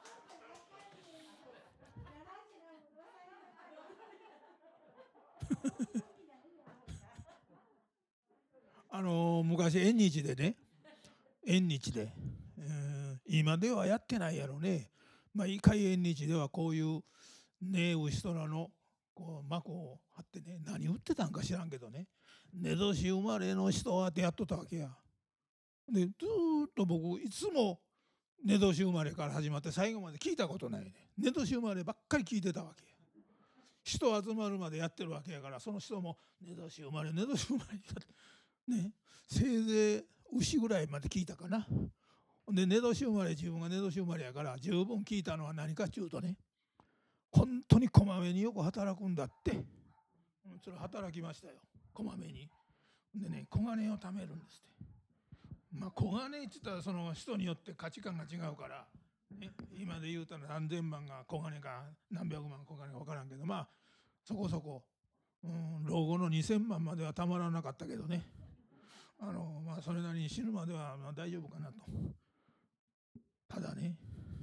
あのー、昔縁日でね縁日で、えー、今ではやってないやろね。まあ、開縁日ではこういうね牛虎のこう幕を張ってね、何売ってたんか知らんけどね、寝年生まれの人はってやっとったわけや。でずーっと僕いつも寝年生まれから始まって最後まで聞いたことないね。寝年生まればっかり聞いてたわけや。人集まるまでやってるわけやから、その人も寝年生まれ寝年生まれね、せいぜい牛ぐらいまで聞いたかな。で寝年生まれ、自分が寝年生まれやから十分聞いたのは何かっていうとね、本当にこまめによく働くんだって。それ働きましたよ、こまめに。でね、小金を貯めるんですって。まあ小金って言ったらその人によって価値観が違うから、ね、今で言うたら何千万が小金か何百万小金か分からんけど、まあそこそこ、うん、老後のにせんまんまではたまらなかったけどね、あのまあそれなりに死ぬまではまあ大丈夫かなと。ただね、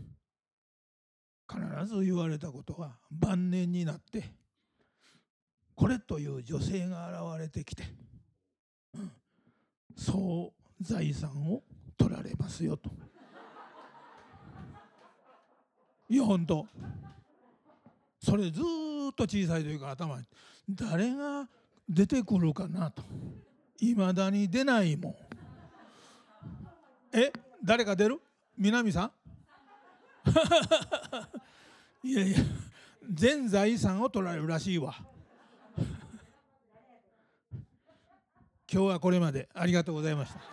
必ず言われたことは晩年になってこれという女性が現れてきて、うん、そう財産を取られますよと。いや本当それずっと小さい時から頭に、誰が出てくるかなと。いまだに出ないもん。え、誰か出る？南さんいやいや、全財産を取られるらしいわ。今日はこれまでありがとうございました。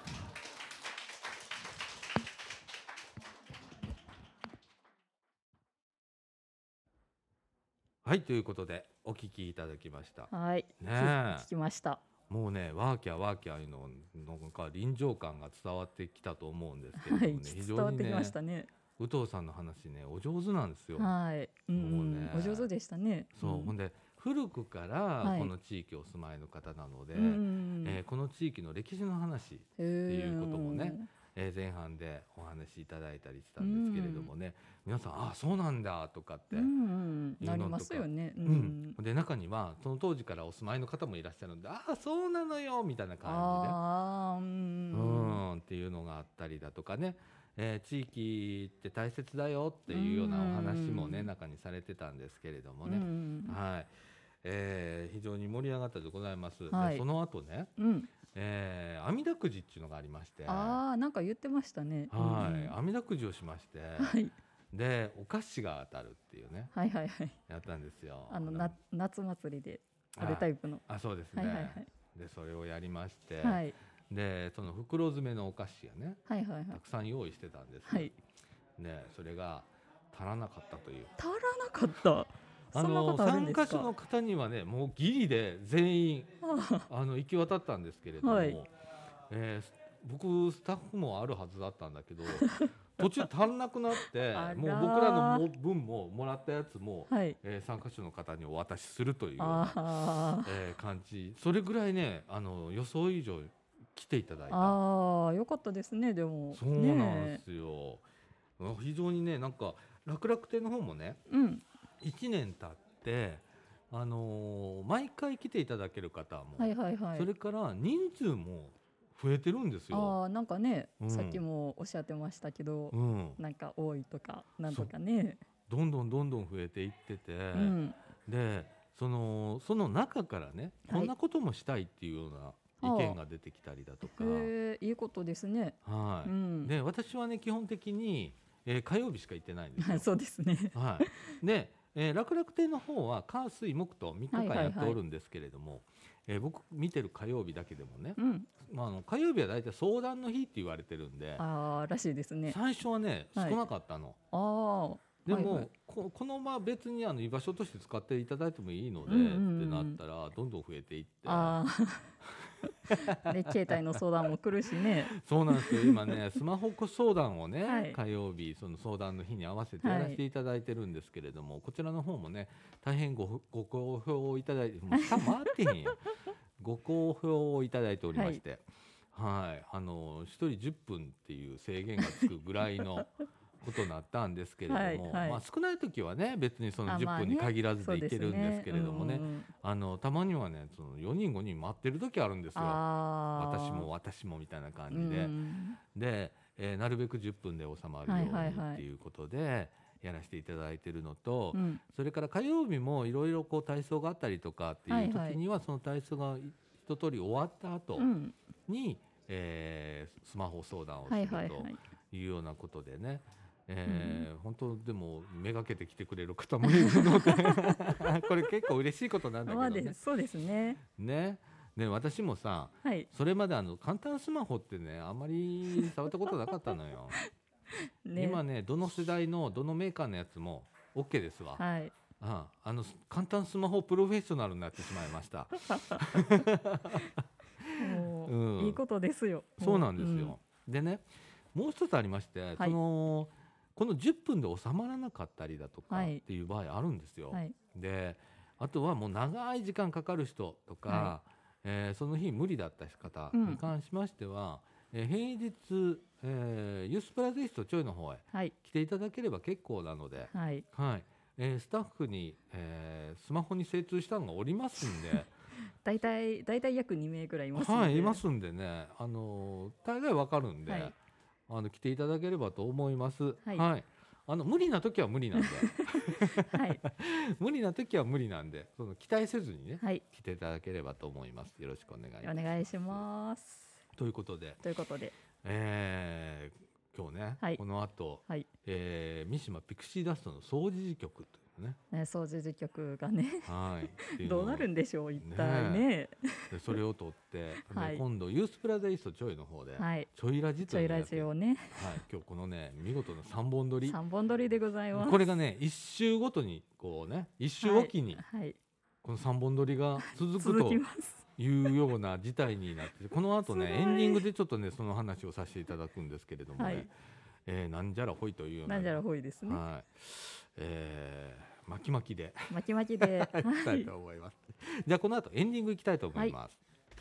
はい、ということでお聞きいただきました。 はい、 ねえ聞きました。 もうね、ワーキャーワーキャーいうのなんか臨場感が伝わってきたと思うんですけれどもね、 はい、 非常にね伝わってきましたね。 武藤さんの話ねお上手なんですよ。 はい、うんう、 もうんねお上手でしたね。 そう、 んほんで古くからはいこの地域お住まいの方なので、 うんうんえーこの地域の歴史の話っていうこともね、えー前半でお話しいただいたりしたんですけれどもね、皆さんあそうなんだとかって、 うんうん、 いうのとかなりますよね。ううんん、で中にはその当時からお住まいの方もいらっしゃるんで、ああそうなのよみたいな感ああ、うじで、 んうーんっていうのがあったりだとかね、えー地域って大切だよっていうようなお話もねうん中にされてたんですけれどもうね、 んはい、えー非常に盛り上がったでございます。 はいでその後ね、 うん、 えー、阿弥陀くじっていうのがありまして、はああ、なんか言ってましたね。 い、 うん阿弥陀くじをしまして、 はい、 でお菓子が当たるっていうねはいはいはい。 やったんですよ。 あのな夏祭りであるタイプの。 あそうですね、 はいはいはいでそれをやりまして、 はいでその袋詰めのお菓子がねはいはいはいたくさん用意してたんですよ、 はい。 でそれが足らなかったという、 足らなかった。 あそんなこのとあるんですか。 参加者の方にはねもうギリで全員あの行き渡ったんですけれども、 はいえー僕スタッフもあるはずだったんだけど途中足んなくなってあらーもう僕らのも分ももらったやつも、 はい。 えー参加者の方にお渡しするというような、 ああえー感じ、それぐらいねあの予想以上来ていただいた。 ああ、よかったですね。でも。 そうなんでねすよ、非常にねなんか楽々亭の方もねえ。うん。 いちねん経って、あのー毎回来ていただける方も、 はいはいはい。 それから人数も増えてるんですよ。 ああ、なんかね、 うんさっきもおっしゃってましたけど、 うん、 なんか多いとかなんとかね。 どんどんどんどん増えていってて、 うん。 でそのその中からねはいこんなこともしたいっていうような意見が出てきたりだとか、 へえ、いいことですね。 はいうん。 で私はね基本的に、えー火曜日しか行ってないんですよ。 そうですね。 はい、で、えー楽々亭の方は火水木とみっかかんはいはいはいやっておるんですけれども、えー僕見てる火曜日だけでもね、 うん。 まあ、あの火曜日は大体相談の日って言われてるんで、 ああ、らしいですね。 最初はね少はいなかったの。 ああ。 でも、 はいはいここのまま別にあの居場所として使っていただいてもいいので、 うんうんうんってなったらどんどん増えていって、 ああ。で、携帯の相談も来るしね。 そうなんですよ今ねスマホ相談をね、 はい火曜日その相談の日に合わせてやらせていただいてるんですけれども、こちらの方もね大変ごご好評をいただいて、もう下回ってへんやんご好評をいただいておりまして、はい、あのひとりじゅっぷんっていう制限がつくぐらいのことになったんですけれども、 はいはいまあ、少ない時はね別にその10 あまあね分に限らずでいけるんですけれどもね、 そうですうんうんあのたまにはねそのよにんごにん待ってる時あるんですよ。 ああ。 私も私もみたいな感うじで、 んで、えーなるべくじゅっぷんで収まるようにはいはいはいっていうことでやらせていただいてるのと、 うんそれから火曜日もいろいろこう体操があったりとかっていうはいはい時にはその体操が一通り終わった後うん。 に、えースマホ相談をすはるいはいはい。 というようなことでね、えー本当でもめがけて来てくれる方もいるのでこれ結構嬉しいことなんだけまあどね。 でそうですね。 ねで私もさはい。 それまであの簡単スマホってねあんまり触ったことなかったのよ。 ね。 今ねどの世代のどのメーカーのやつも OK ですわ、 はい。 ああの簡単スマホプロフェッショナルになってしまいましたもう、 うんいいことですよ。 そうなんですよ、でねもう一つありまして、 はいそのこのじゅっぷんで収まらなかったりだとかはいっていう場合あるんですよ、 うん。はい。 であとはもう長い時間かかる人とか、 はえーその日無理だった方に関しましては、えー平日、えーユースプラゼイストちょいの方へはい。 来ていただければ結構なので、 はい。 はいえースタッフに、えースマホに精通したのがおりますんでだいたいだいたい約にめいぐらいいますので。 はいいますんでね、あのー大概わかるんで、 はいあの来ていただければと思います。 はいはい、 あの無理な時は無理なんではい無理な時は無理なんで、その期待せずにね、 はい来ていただければと思います。よろしくお願いします。 お願いします。 ということで、 ということで、 えー今日ね、 はいこの後、 はいえー三島ピクシーダストの総除事局というね、 ね、掃除時局がねはいっていうのをどうなるんでしょう一体ねね。 でそれを取って、 はいで今度ユースプラザイーストちょいの方で、 はいちょいラジちょいラというのをやってジオねはい、今日このね見事な三本撮り、 三本撮りでございます。 これがね一週ごとにこうね一週おきにはいはいこの三本撮りが続く続ときます。 いうような事態になってて、この後ねすごいエンディングでちょっとねその話をさせていただくんですけれどもね、 はいえーなんじゃらほいというような、 なんじゃらほいですね。 はい、えー、巻き巻きで巻き巻きで、 いきたいと思います。じゃあこの後エンディングいきたいと思います。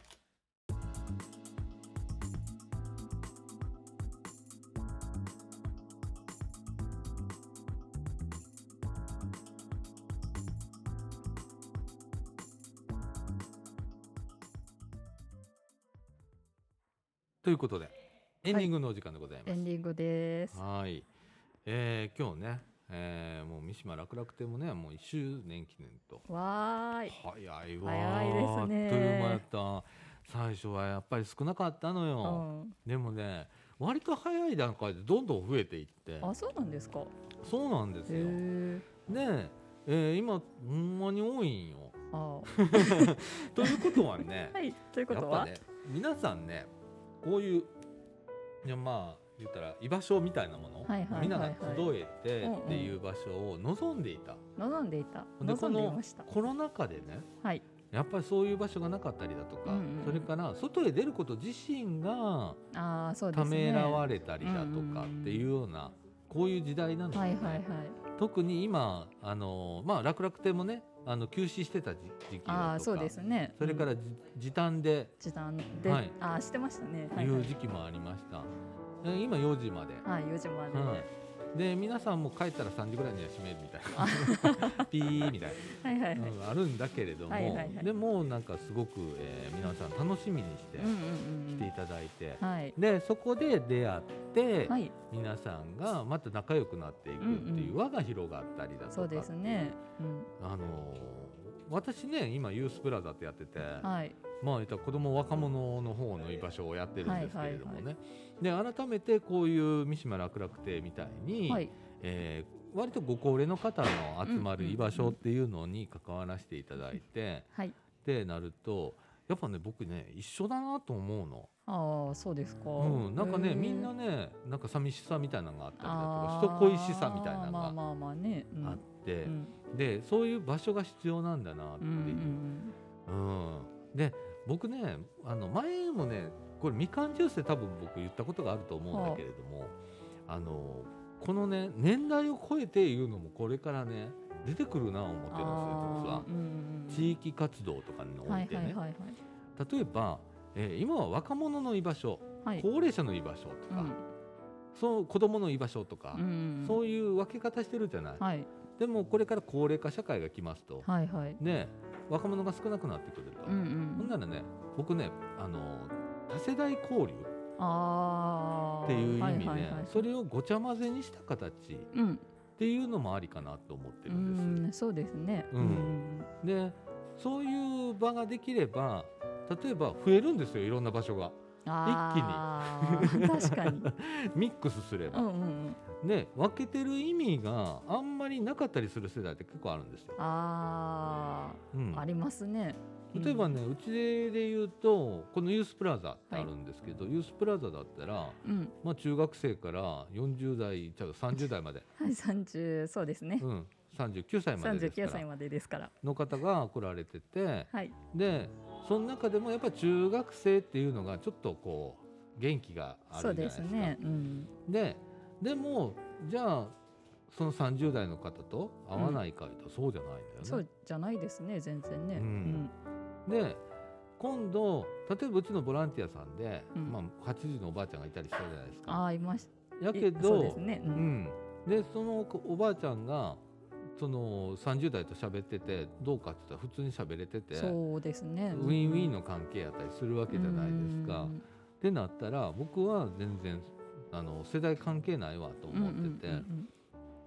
ということでエンディングのお時間でございます。 エンディングです。 はい、えー今日ね、えーもう三島楽々亭もねもういっしゅうねん記念とわーい。 早いわー、 早いですねあっという間やった。最初はやっぱり少なかったのうよ、 ん。 でもね割と早い段階でどんどん増えていって、 あ、そうなんですか。 そうなんですへよ。 え。 で、えー今ほんまに多いんよあということはねーはい。ということは、 やっぱね皆さんねこういういやまあ言ったら居場所みたいなもの、 はいはいはいはいみんなが集えてうんうんっていう場所を望んでいた。 望んでいた。 で望んでいました。 このコロナ禍でねはい。 やっぱりそういう場所がなかったりだとか、 うんうんうんそれから外へ出ること自身がああ、そうでたすね。 めらわれたりだとかうんうんうんっていうようなこういう時代なので、ねはいはいはい。 特に今あのまあ楽々亭もねあの休止してた時時期だとか、 ああ、そうですね。 それからじ時短で時短で、 はいああ、してましたね。はいいうはい。 時期もありました。え今よじまで、 はい、よじまで。 はいで皆さんも帰ったらさんじぐらいには閉めるみたいなピーみたいはいはいな、 はい。 うんあるんだけれども、 はいはいはいでもなんかすごく、えー皆さん楽しみにしてうんうんうんうん。 来ていただいて、 はい。 でそこで出会って、 はい。 皆さんがまた仲良くなっていくっていう輪が広がったりだとか、 そうですね。うあのー私ね今ユースプラザってやってて、 ん。はい。 まあ言ったら子ども若者の方の居場所をやってるんですけれどもね、 はいで改めてこういう三島楽々亭みたいに、 はい。 えー割とご高齢の方の集まる居場所っていうのに関わらせていただいて、 はい。 ってなるとやっぱね僕ね一緒だなと思うの。 ああ、そうですか。 うん、なんかねへーみんなねなんか寂しさみたいなのがあったりだあーとか人恋しさみたいなのがまあまあまあね。うんあって、 うんでそういう場所が必要なんだなってうんういう、 んうんで僕ねあの前もねこれみかんジュースで多分僕言ったことがあると思うんだけれども、あのこのね年代を超えて言うのもこれからね出てくるな思ってるんですよ実はあーうんうん地域活動とかにうん。はいおいてね、 はいはいはい。 例えば、えー今は若者の居場所、 はい。 高齢者の居場所とか、そう子供の居場所とか、 うんうん。 そういう分け方してるじゃない、 はいでもこれから高齢化社会が来ますと、 はいはい。 ね若者が少なくなってくると、 うんうん。 ほんならね僕ねあの多世代交流ああ。 っていう意味で、 はいはいはいそれをごちゃ混ぜにした形っうん。 ていうのもありかなと思ってうるんです。 ん、そうですね。 うんでそういう場ができれば例えば増えるんですよいろんな場所があー確かに。 ミックスすれば、 うんうんうん。 で分けてる意味があんまりなかったりする世代って結構あるんですよ。 あうんあ、ありますね。 例えばね、うちで言うとこのユースプラザってあるんですけど、ユースプラザだったら、 うん。 まあ、中学生からよんじゅう代ちゃうさんじゅう代まで、 はい、三十、そうですね。 うん、さんじゅうきゅうさいま三でですから十九歳までですから。 の方が来られてて、 はい。 でその中でもやっぱり中学生っていうのがちょっとこう元気があそうるじゃないですか。 ですね。うん。 ででもじゃあそのさんじゅう代の方と会わないかと、うん、そうじゃないんだよね。 そうじゃないですね、全然ね。 うんで今度例えばうちのボランティアさんで、 うんまあ、はちじゅうのおばあちゃんがいたりしたじゃないですか。 ああ、いましやけどそうですね。う。 うんん、でそのおばあちゃんがそのさんじゅう代と喋っててどうかって言ったら普通に喋れててそうですね。 ウィンウィンの関係やったりするわけじゃないですか。 うんってなったら僕は全然あの世代関係ないわと思ってて、 うんうんうん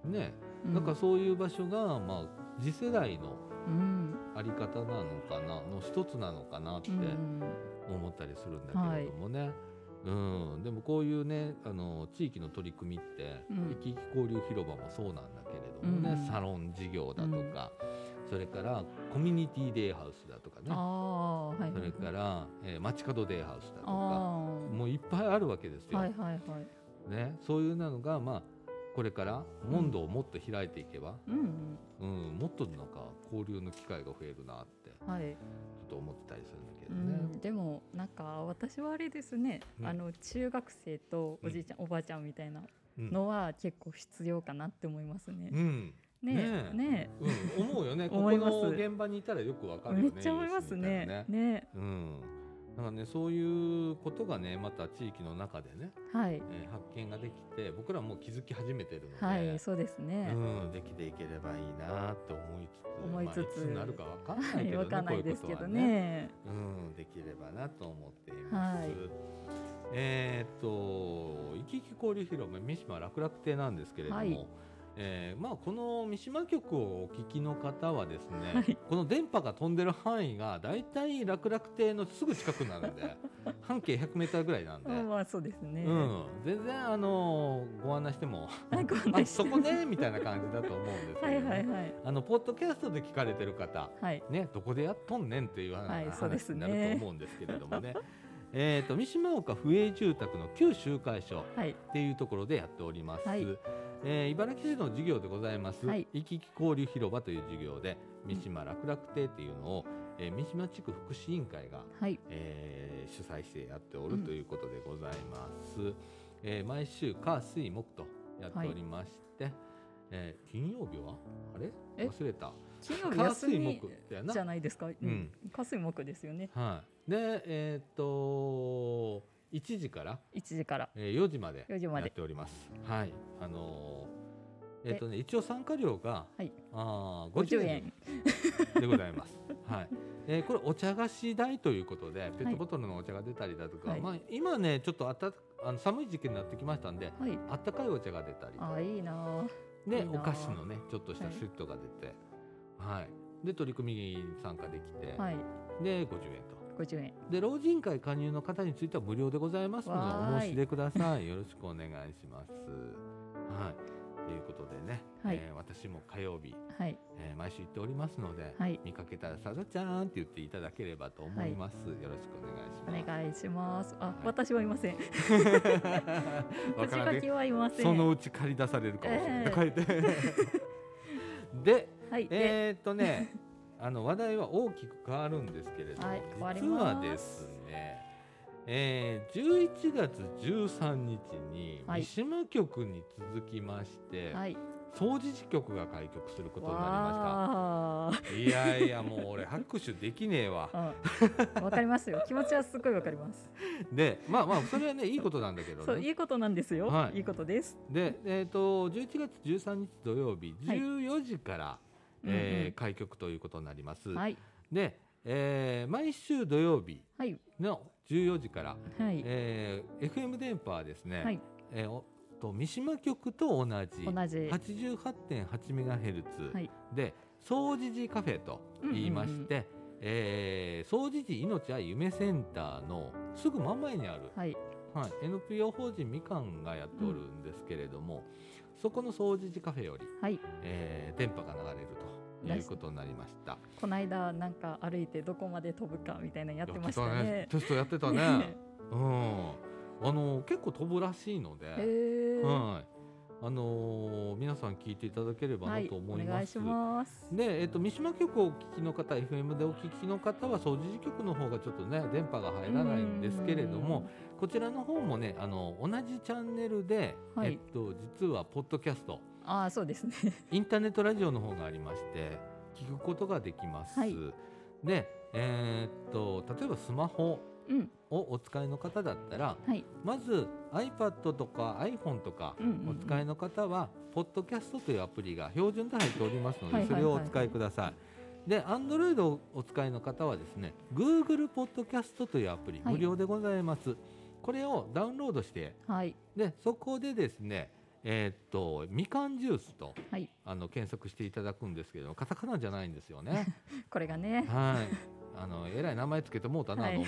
ね、 うんなんかそういう場所が、まあ、次世代のうんあり方なのかなの一つなのかなってうん思ったりするんだけれどもね、うん、でもこういうねあの地域の取り組みって、 うん生き生き交流広場もそうなんだけれどもね、 うんサロン事業だとか、それからコミュニティデイハウスだとかね、 ああはいそれから、えー街角デイハウスだとかあもういっぱいあるわけですよ、 あはいはいはいね、そういうのが、まあ、これから門戸をもっと開いていけば、 うんうんもっとなんか交流の機会が増えるなってちはいょっと思ってたりするんだけうどね。 ん、でもなんか私はあれですね、 うんあの中学生とおじいちゃん、おばあちゃんみたいなうんのは結構必要かなって思いますね。 うんねねええねうん、思うよねこ思こいますの現場にいたらよくわかえるよね。 めっちゃ思いますね。 ユースみたいなねうん、だからねそういうことがねまた地域の中でね、 はいえー発見ができて僕らもう気づき始めてるので、 はいそうですね。 うん、できていければいいなと思いつつ思いつつまあ、いつになるかわかんなはいいけどね、 わかんないですけどこういうことはね、 ね。 うん、できればなと思っています。 はいえーっと生き生き交流広場三島楽楽亭なんですけれども、 はいえーまあ、この三島局をお聞きの方はですね、 はいこの電波が飛んでる範囲がだいたい楽楽亭のすぐ近くなので半径ひゃくメートルぐらいなんで、 まあそうですね。 うん、全然あのご案内してもはいご案あ内してそこねみたいな感じだと思うんですけはど、ねいはいはいあのポッドキャストで聞かれてる方、 はいね、どこでやっとんねんっていうようなはいそうですね話になると思うんですけれどもねえーと三島岡府営住宅の旧集会所はいっていうところでやっております、 はいえー茨城市の事業でございます、 はい生き生き交流広場という事業で三島楽楽亭っていうのを、えー三島地区福祉委員会が、 はいえー主催してやっておるということでございます、えー毎週火水木とやっておりまして、えー金曜日はあれえ忘れた金曜日火休み水木だよなじゃないですか。うんん火水木ですよね。 はい、でえーっといちじから、 いちじからえーよじまでよじまでやっております。はい、あのーえーっとね一応参加料が、 はいあーごじゅう 50 え円んでございます。はい。えーこれお茶菓子代ということでペットボトルのお茶が出たりだとか、 はいまあ今ねちょっとあたあの寒い時期になってきましたんで、 はい。 あったかいお茶が出たりあいいなあ。 でいいなあお菓子のねちょっとしたセットが出て、はい。で取り組みに参加できて、 はい。 でごじゅうえんと。 ごじゅうえん。 で老人会加入の方については無料でございますのわーいでお申し出ください。よろしくお願いします。はい。ということでね、 はいえー私も火曜日、 はい。 えー毎週行っておりますので、 はい見かけたらさだちゃんって言っていただければと思います。よろしくお願いします。 お願いします。あ、 はい私はいません。 わからんね口書きはいません。 そのうち借り出されるかもしれない。 えー書いて。で、 はい。で、 えーっとね、あの話題は大きく変わるんですけれども、 はい変わり実ますはですね、えー、じゅういちがつじゅうさんにちにはい三島局に続きまして、 はい。 総除寺局が開局することになわあ。 りました。いやいやもう俺拍手できねえわ。 うんわかりますよ。気持ちはすごいわかります。 で、まあまあそれはねいいことなんだけどそう、 ね。 いいことなんですよ。 はいいいことです。 で、えっ、とじゅういちがつじゅうさんにち土曜日はいじゅうよじから、 うんうんえー開局ということになります。 はい。 で、えー毎週土曜日はい。 のじゅうよじから、 はい。 えーエフエム 電波はですね、 はい。 えーおと三島局と同じ同じ。 はちじゅうはちてんはちメガヘルツはい。 で総除寺カフェと言いまして、えー総除寺命は夢センターのすぐ真ん前にある、 はい。 はい、エヌピーオー 法人みかんがやっておるんですけれども、そこの総除寺カフェより、 はい。 えー電波が流れるということになりました。 この間なんか歩いてどこまで飛ぶかみたいなのやってましたやってね。 テストやってたね。 ねうん。あの結構飛ぶらしいので、 へえ。 はい。あのー皆さん聞いていただければは。 ないと思います。 お願いします。 で、えっと三島局をお聞きの方、エフエム でお聞きの方は総除寺局の方がちょっとね電波が入らないんですけれども、こちらの方もねあの同じチャンネルで、 はいえっと実はポッドキャスト、 ああ、そうですね。 インターネットラジオの方がありまして聞くことができます。 はいで、えーっと例えばスマホうん。 をお使いの方だったら、 はい。 まず iPad とか iPhone とかうんうんうんお使いの方は、ポッドキャストというアプリが標準で入っておりますので、 はいはいはいそれをお使いください。で、Android をお使いの方はですね、Google ポッドキャストというアプリ、 はい無料でございます。これをダウンロードして、 はい。 でそこでですね、 えーっとみかんジュースとはい。 あの検索していただくんですけど、カタカナじゃないんですよね。 これがね。 はい。あのえらい名前つけてもうたなと思って、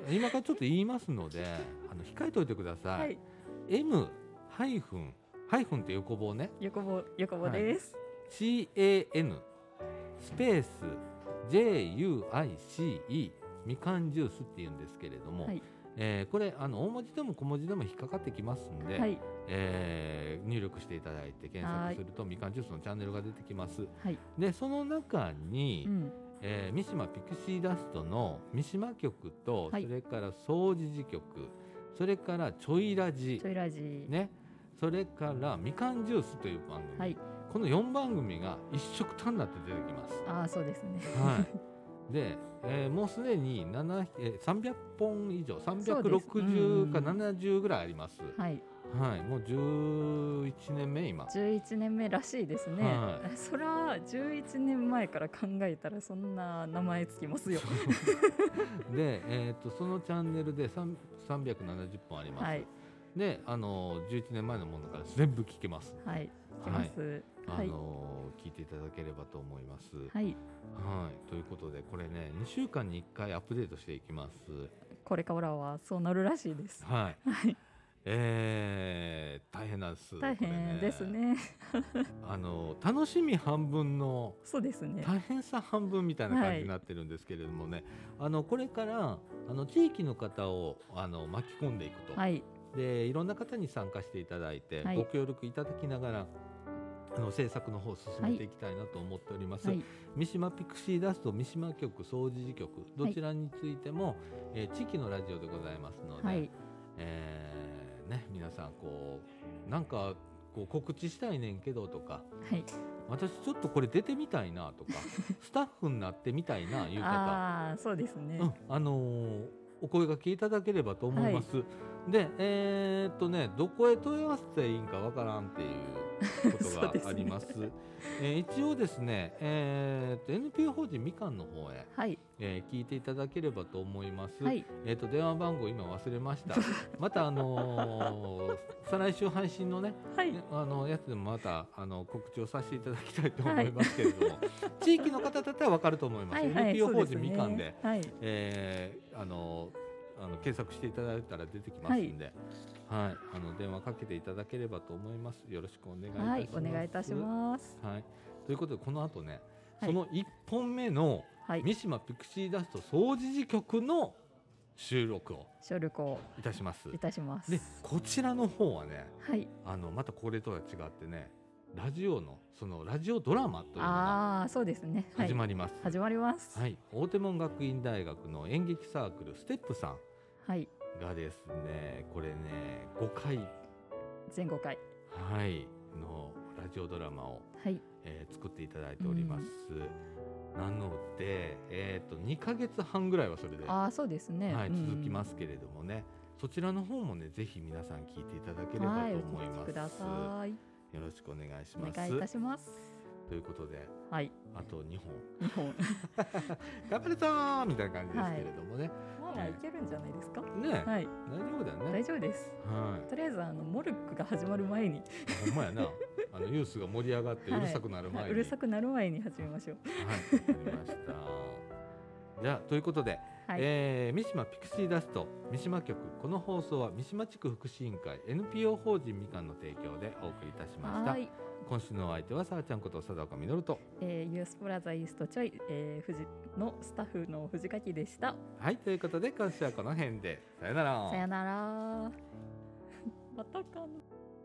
今からちょっと言いますので、あの控えておいてください。 はい。 M ハイフンハイフンって横棒ね、 横棒横棒です。 シーエーエヌ スペース ジェイユーアイシーイー みかんジュースっていうんですけれども、 はい。 えーこれあの大文字でも小文字でも引っかかってきますんで、 はい。 えー入力していただいて検索するとみかんジュースのチャンネルが出てきます。 はい。 でその中に、 うん。 えー三島ピクシーダストの三島局と、 はいそれから総除寺局、それからちょいラジちょいラジ。 ね、それからみかんジュースという番組、 はい。 このよんばん組が一色単になって出てきます。 ああ、そうですね。 はい、で、えーもうすでにななえーさんびゃっぽん以上さんびゃくろくじゅうかそうですうんななじゅうぐらいあります。 はい。 はい、もうじゅういちねんめ今。 じゅういちねんめらしいですね。 はそらじゅういちねんまえから考えたらそんな名前つきますよ。 で、えー、とそのチャンネルでさんさんびゃくななじゅっぽんあります。 はい。 で、あのじゅういちねんまえのものから全部聞けます。 はい。いきます。 あはい。 の聞いていただければと思います。 はい。 はい、ということでこれねにしゅうかんにいっかいアップデートしていきます。 これからはそうなるらしいです。 はい、 はい。 えー、大変なんです。 大変ですこれね。 あの楽しみ半分のそうですね。 大変さ半分みたいな感じになってるんですけれどもね、あのこれからあの地域の方をあの巻き込んでいくと、 はい。 でいろんな方に参加していただいて、 はいご協力いただきながらあの制作の方を進めていきたいなと思っております。 はい。 三島ピクシーダスト三島局総除寺局どちらについても、えー地域のラジオでございますので、 はい。 えーね、皆さんこうなんかこう告知したいねんけどとか、 はい。 私ちょっとこれ出てみたいなとかスタッフになってみたいないう方、 ああ、そうですね。 うん、あのーお声掛けいただければと思います。で、えーっとねどこへ問い合わせていいんかわからんっていうことそうですねがあります。えー一応ですね、えーっと エヌピーオー 法人みかんの方へ、 はい。 えー聞いていただければと思います。 はい。 えー、と電話番号今忘れました。またあのー再来週配信のね、 はい。 ねあのやつでもまたあの告知をさせていただきたいと思いますけれども、地域の方だったらわかると思います。 はい。はい。 エヌピーオー 法人そうですねみかんで、 はい。 えーあのあの検索していただいたら出てきますんで、はい、あの電話かけていただければと思います。よろしくお願いいたします。 はい。お願いいたします。 はい、ということでこの後ね、 はいそのいっぽんめのはい。 三島ピクシーダスト総除寺局の収録を協力をいたします。 いたします。 でこちらの方はね、 はい。 あのまたこれとは違ってね、ラジオのそのラジオドラマというのがああ、そうですね。はい始。まります。 始まります。 はい、大手門学院大学の演劇サークルステップさんはい。 がですね、これねごかい、 全ごかい。 はい、のラジオドラマを、 はい。 えー作っていただいております。なので、えー、とにかげつはんぐらいはそれで、はああ、そうですね。。 い、続きますすけれどもね、そちらの方もねぜひ皆さん聞いていただければはい。おと思います。 聞きください。 よろしくお願いしおます。 願いいたします。 ということで、 はい。 あとにほん日本。 頑張れたーみたいな感じですけれどもね、 まあ、いけるんじゃないですか。 ね、 はい。 大丈夫だよね。 大丈夫です。 はい。 とりあえず、あのモルックが始まる前に。 ほんまやな。あのユースが盛り上がってうるさくなる前に、 はいうるさくなる前に始めましょう。 はい、わかりました。じゃあということで、 はい。 えー三島ピクシーダスト三島局、この放送は三島地区福祉委員会 エヌピーオー 法人みかんの提供でお送りいたしました。 はい。 今週のお相手はさあちゃんこと佐岡実と、 えー、ユースプラザイーストちょい、えー、富士のスタッフの藤垣でした。 はい、ということで今週はこの辺でさよなら。 さよなら。またかな。